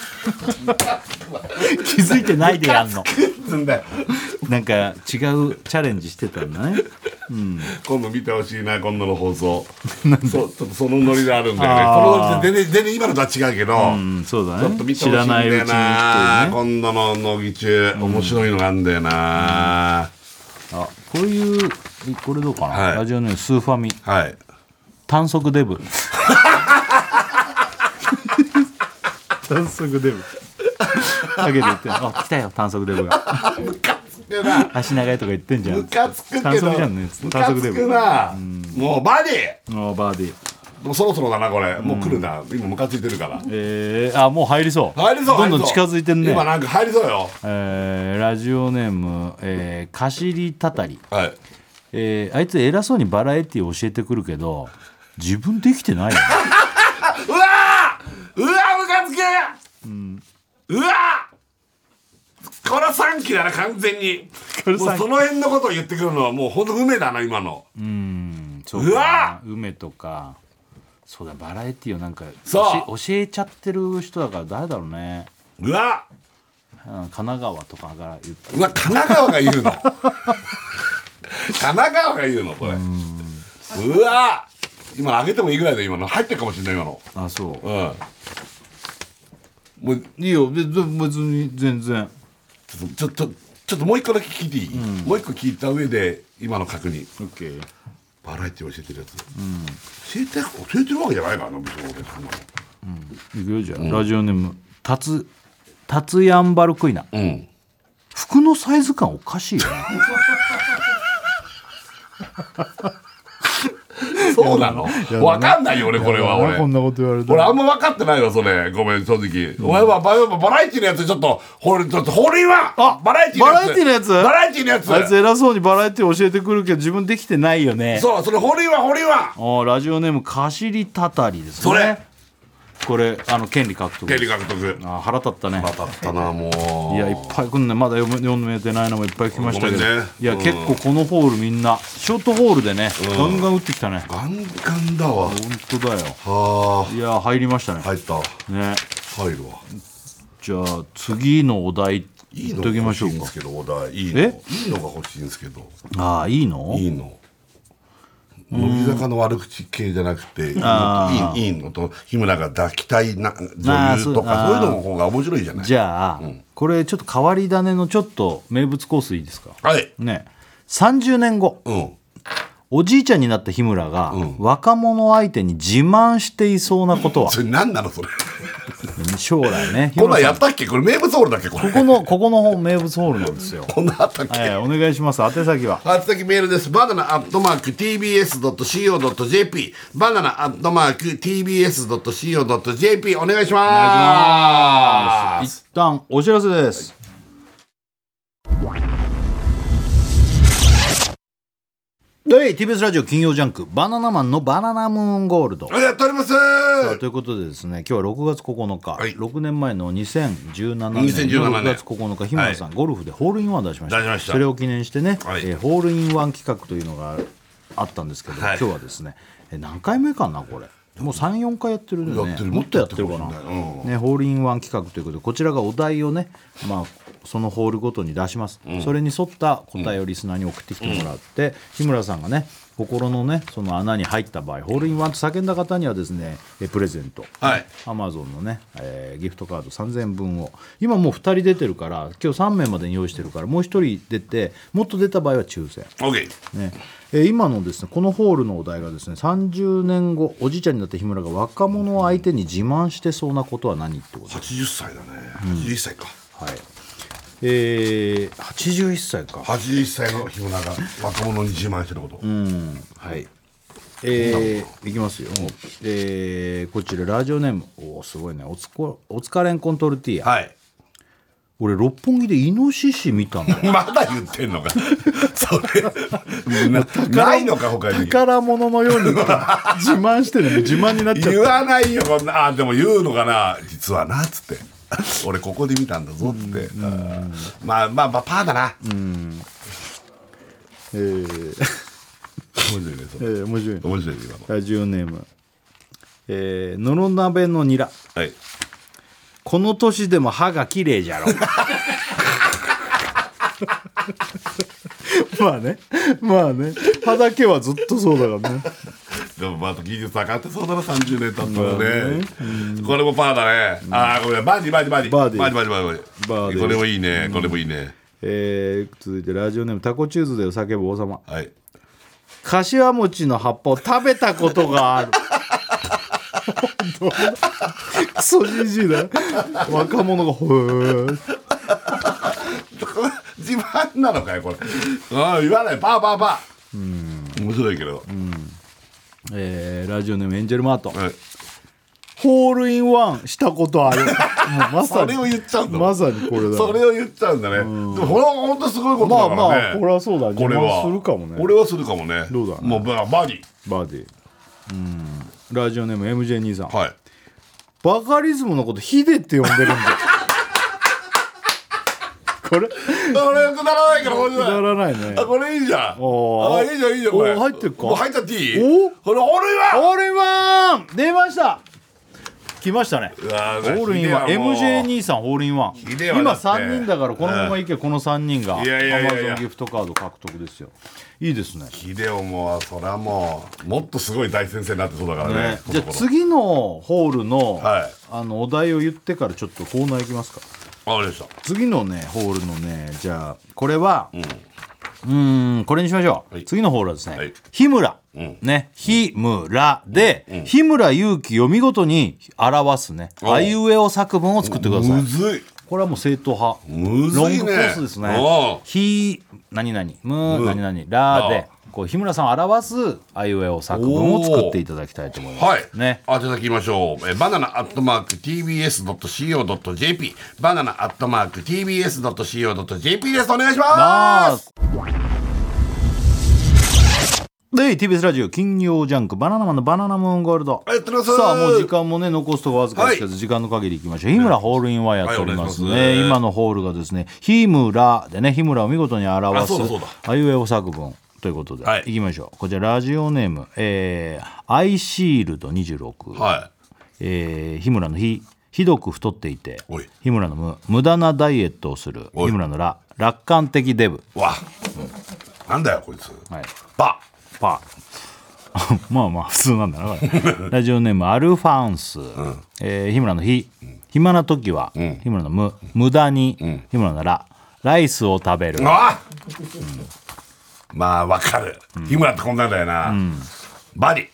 気づいてないでやんのなんか違うチャレンジしてたんだね、 今度見てほしいな今度の放送ちょっとそのノリであるんだよねそのノリで全然今のとは違うけど、 そうだねちょっと見てほしいんだよな知らないうちにっていうね今度の乃木中面白いのがあるんだよな、 あこういうこれどうかな、 はいラジオネームスーファミはい短足デブ短足デブだけで言ってんの来たよ短足デブがムカつくな足長いとか言ってんじゃんムカつくけど短足じゃんねムカつくな、もうバディバーディーもうそろそろだなこれもう来るな、今ムカついてるからもう入りそう入りそうどんどん近づいてんね今なんか入りそうよラジオネーム、かしりたたり、 はいあいつ偉そうにバラエティを教えてくるけど自分できてないよねうわムカつく、うわこれ3期だな完全にもうその辺のことを言ってくるのはもうほんと梅だな今のそうか梅とかそうだバラエティをなんか教えちゃってる人だから誰だろうねうわ神奈川とかから言ってうわ神奈川が言うの神奈川が言うのこれうわ今上げてもいいぐらいだよ今の入ってるかもしれない今のあそうもういいよ別に全然ちょっともう一個だけ聞いていい、もう一個聞いた上で今の確認 OK バラエティ教えてるやつ、教えてるわけじゃないからな別に俺そんなのいくよじゃあ、ラジオネームタツヤンバルクイナ、服のサイズ感おかしいよねそうなの分かんないよ俺これは俺こんなこと言われて俺あんま分かってないわそれごめん正直、お前はバラエティのやつちょっとホールインワンバラエティのやつあいつ偉そうにバラエティ教えてくるけど自分できてないよねそうそれホールインワンラジオネームかしりたたりですねそれこれ権利獲得腹立ったね腹立ったなもういやいっぱい来んねまだ読めてないのもいっぱい来ましたけど、 ごめんねいや、結構このホールみんなショートホールでね、ガンガン打ってきたねガンガンだわ本当だよはいや入りましたね入ったね入るわじゃあ次のお題言っときましょうかいいのが欲しいんですけどいいの乃木坂の悪口系じゃなくていいのと日村が抱きたいな女優とかそういうのの方が面白いじゃないじゃあ、これちょっと変わり種のちょっと名物コースいいですかはいね30年後、おじいちゃんになった日村が、若者相手に自慢していそうなことはそれ何なのそれ将来ねこんなんやったっけこれ名物ホールだっけこれここの名物ホールなんですよこんなんあったっけ、 お願いします宛先は宛先メールですバナナ@tbs.co.jp バナナ@tbs.co.jp お願いします一旦お知らせです TBS ラジオ金曜ジャンクバナナマンのバナナムーンゴールド。 やっております。 さあということでですね、今日は6月9日、 はい 6年前の2017年の 2017 6月9日、日村さん、ゴルフでホールインワン出しました。 出しましたそれを記念してね、 はいホールインワン企画というのがあったんですけど、 はい今日はですね、何回目かなこれ。もう 3,4 回やってるんでね、 やってるもっとやってるかな、 もっとやってるかもしれないね、ホールインワン企画ということで、こちらがお題をね、そのホールごとに出します、それに沿った答えをリスナーに送ってきてもらって、日村さんがね心のねその穴に入った場合、ホールインワンと叫んだ方にはですねプレゼント、 はい Amazon のね、ギフトカード3000円分を、今もう2人出てるから今日3名までに用意してるから、もう1人出て、もっと出た場合は抽選、 OK。 ね今のですねこのホールのお題がですね、30年後おじいちゃんになって日村が若者を相手に自慢してそうなことは何ってことです。 80歳だね。81歳か。 はい、81歳か。 81歳の日村が若者に自慢してること。 はい。いきますよ。こちらラジオネーム、すごいね。おつかれんこんトルティーヤ。 はい。 俺六本木でイノシシ見たんだよ。 まだ言ってんのか。それないのか他に。 宝物のように自慢してるの、自慢になっちゃ言った。 わないよこんな。でも言うのかな。実はなっつって。俺ここで見たんだぞって。まあパーだな。 面白いねそれ。面白いね。 面白いね今の。 ラジオネーム、のろ鍋のニラ。 はい。 この年でも歯が綺麗じゃろ。まあね歯だけはずっとそうだからね。 でもまた技術上がってそうだな、30年経ったらね。これもパーだね。ああごめん、バーディー。これもいいね。これもいいね。 続いてラジオネームタコチューズで叫ぶ王様。 はい。 柏餅の葉っぱを食べたことがある。クソじじいだ。若者がほー。 自慢なのかよこれ。言わない。パー。面白いけど。 ラジオネームエンジェルマート。 はい。 ホールインワンしたことある。もうまさにそれを言っちゃうんだ。 まさにこれだ。 それを言っちゃうんだね。でもこれは本当すごいことだからね。 これはそうだ。 これは自慢するかもね。 俺はするかもね。 どうだねもうバーディバーディー。ラジオネーム MJ 兄さん。 ー。はい。 バカリズムのことヒデって呼んでるんだよ。これこれくだらないから面くだ白い。 らないね。 これいいじゃん。 おーいいじゃんこれ。 おー入ってるかもう入っちゃっていい？ おこれ俺は。 ホールインワン出ました。来ましたね。ホールインワン。MJ 兄さんホールインワン。今3人だからこのままいけこの3人が Amazon ギフトカード獲得ですよ。いいですね。 ヒデオもそれはもっとすごい大先生になってそうだからね。 じゃあ次のホールの、 はいお題を言ってからちょっとコーナーいきますか。 わかりました。 次のねホールのね、じゃあこれはこれにしましょう、 はい、 次のホールはですね、 はい、 日村、ね、日村で、日村勇紀を見事に表すねあいうえお作文を作ってください。 むずい。 これはもう正統派、 むずいね。 ロングコースですね。ひ何々む何々らでこう日村さんを表すあいうえお作文を作っていただきたいと思います。 はい。 ね。 当てたきましょう。バナナアットマーク TBS.CO.JP バナナアットマーク TBS.CO.JP です。お願いします。 で TBS ラジオ金曜ジャンクバナナマンのバナナムーンゴールド。 やってます。 さあもう時間もね残すとこわずかですけど、時間の限りいきましょう。日村ホールインワンやっておりますね、 はい、 今のホールがですね日村でね日村を見事に表すあいうえお作文ということで、いきましょう。こちらラジオネーム、アイシールド26、 はい、 日村のひどく太っていて、日村の無駄なダイエットをする、日村の楽観的デブ。 わ、なんだよこいつ、 はい、 パまあ普通なんだなこれ。ラジオネームアルファンス、日村の暇な時は、日村の無駄に、日村のライスを食べる。 まあわかる、日村ってこんなんだよな、バデ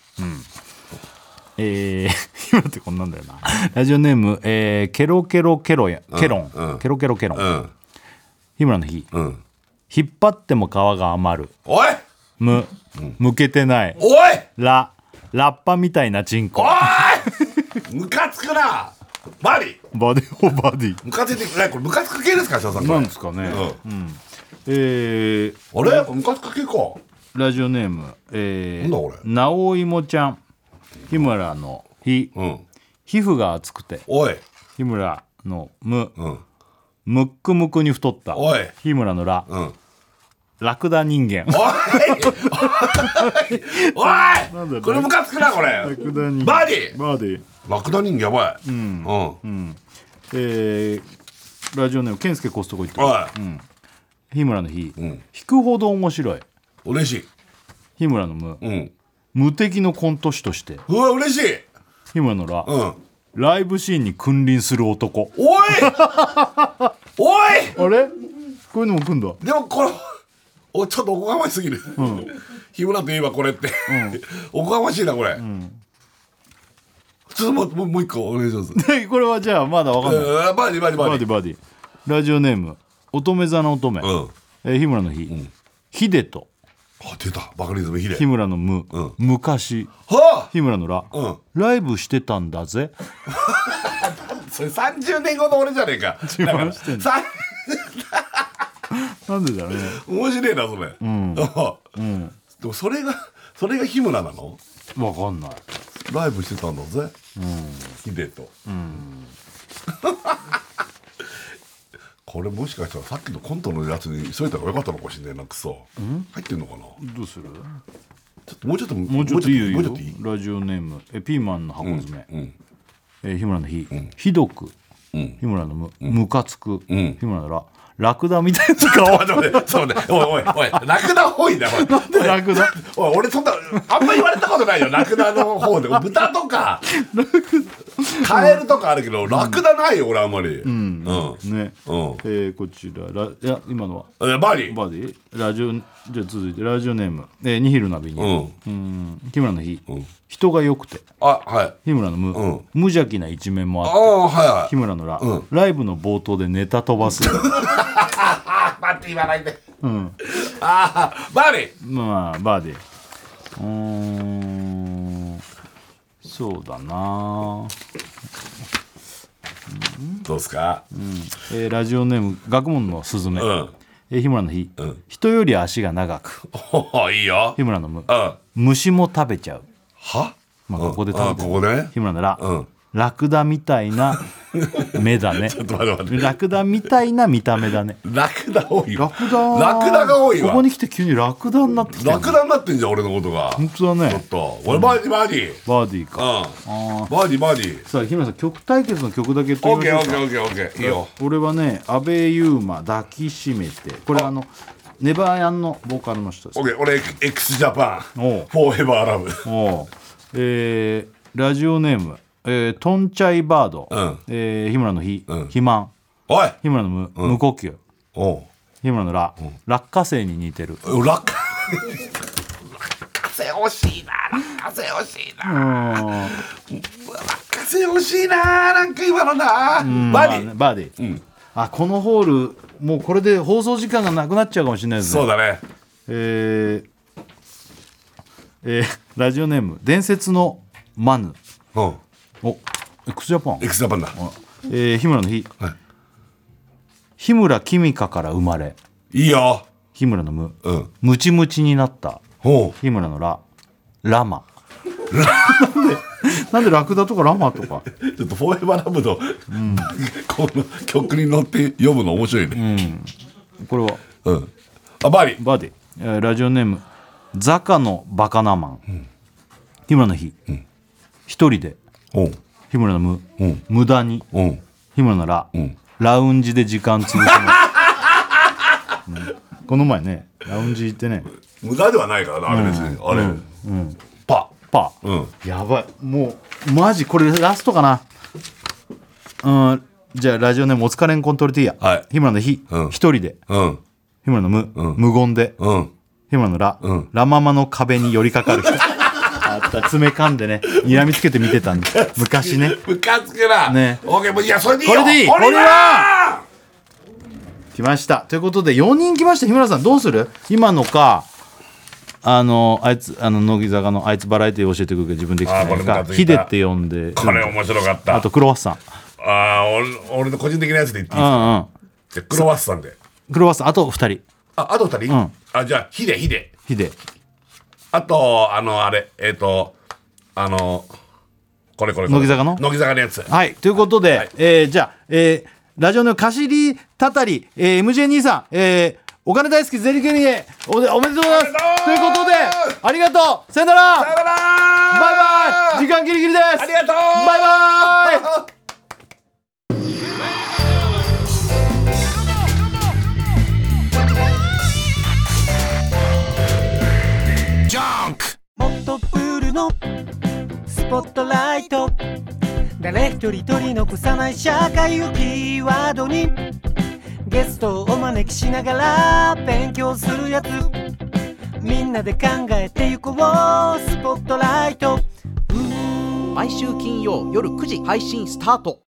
ィ、日村ってこんなんだよな。ラジオネーム、ケロケロケロン、ケロケロン、日村の引っ張っても皮が余る。 おいむけてない。 おいラッパみたいなチンコ。 おいムカつくな。バディムカついてない。これムカつく系ですか翔さん。 なんですかね。あれムカつく系か。 ラジオネーム、 なんだこれなおいもちゃん。日村の日、皮膚が厚くておい日村のむ、むっくむくに太ったおい日村のら、ラクダ人間。 おいこれムカつくなこれ。 ラクダ人間バーディーバーディー。 ラクダ人間やばい。 ラジオネーム健介コストコ行っておい日村の日、引くほど面白い嬉しい。 日村のむ、無敵のコント師としてうわ嬉しい。 日村のら、ライブシーンに君臨する男。 おいおいあれこういうのも来んだ。 でもこれちょっとおこがましすぎる。日村といえばこれって、おこがましいなこれ。ちょっともう一個お願いします。 これはじゃあまだわかんない。 バーディーバーディーバーディー。 バーディー。ラジオネーム乙女座の乙女、日村の日、ヒデと出たバカリズムヒデ。 日村のむ、昔日村のら、ライブしてたんだぜ。 それ30年後の俺じゃねえか。 自慢してんの。なんでだろうね。 面白いなそれ。でもそれが日村なの？ わかんない。 ライブしてたんだぜ。ヒデと。これもしかしたらさっきのコントのやつに添えた方がよかったのかもしれないな。クソ入ってんのかな。 どうする？ ちょっともうちょっといいよいいよ。 もうちょっといい？ ラジオネームピーマンの箱詰め、日村の日、ひどく、日村のむ、ムカつく、日村のら、ラクダみたいな顔。 そうね。おいラクダ多いな。 なんでラクダ？ おい俺そんなあんま言われたことないよ。ラクダの方で豚とかカエルとかあるけどラクダないよ俺あんまり。 ね。こちらいや今のはバーディー。 バーディー。ラジオじゃあ続いてラジオネームニヒルナビに、日村の日、人が良くて日村の無邪気な一面もあって日村のら、ライブの冒頭でネタ飛ばす。 待って言わないで。バーディー。 まあバーディー。そうだな。 どうすか？ ラジオネーム学問のすずめ、日村の日、人より足が長くいいよ。 日村の無、虫も食べちゃう。まあここで食べてる。 ここね。 日村なら、ラクダみたいな目だね。 ちょっと待って。 ラクダみたいな見た目だね。 ラクダ多いよ。 ラクダが多いわ。 ここに来て急にラクダになってきて。 ラクダになってんじゃん俺のことが。 本当だね。 ちょっと俺バーディー。 バーディーか。 バーディー。 さあ日村さん曲対決の曲だけ言ってみましょうか。 オッケーいいよ。 俺はね阿部優馬抱きしめて、これネバーヤンのボーカルの人です。 オッケー俺 x ジャパンフォーエバーラブ。 ラジオネームトンチャイバード、日村の日、肥満、日村の無呼吸、日村のら、落花生に似てる。 落花生欲しいな。落花生欲しいな。なんか今のな。 バーディー。このホールもうこれで放送時間がなくなっちゃうかもしれないですね。 そうだね。 ラジオネーム伝説のマヌ、x ジャパンだ。日村の日、日村君香から生まれいいよ。 日村の無、ムチムチになった日村のら、ラマ。なんでラクダとかラマとか。 ちょっとフォーエバーラブの、この曲に乗って読むの面白いね。 これはバーディー。ラジオネームザカのバカナマン、日村の日、一人で日村の無、無駄に日村のら、ラウンジで時間潰します。この前ねラウンジ行ってね。 無駄ではないからなあれ別に。あれパー、やばい。もうマジこれラストかな。じゃあラジオネームお疲れんコントルティーヤ、日村の日、一人で日村の無、無言で日村のら、ラママの壁に寄りかかる人。あった爪噛んでね睨みつけて見てたんで昔ね。 ムカつくな。 ね。 オッケー。いやそれでいいよ。 これでいい。これは来ました。ということで4人来ました。日村さんどうする？今のかあいつ乃木坂のあいつバラエティ教えてくるけど自分できてないか、ヒデって呼んで。 これ面白かった。 あとクロワッサン。 俺の個人的なやつで言っていいですか？じゃクロワッサンで。 クロワッサンあと2人。 あと2人？じゃあヒデあとあれこれ乃木坂のやつ。 はいということで、 はいじゃあ、ラジオのかしりたたり、MJ 兄さん、お金大好きゼリケリエおめでとうございますということでありがとうさよならさよならバイバイ時間ギリギリですありがとうバイバイもっとプールのスポットライト誰一人取り残さない社会をキーワードにゲストをお招きしながら勉強するやつみんなで考えてゆこうスポットライト毎週金曜夜9時配信スタート。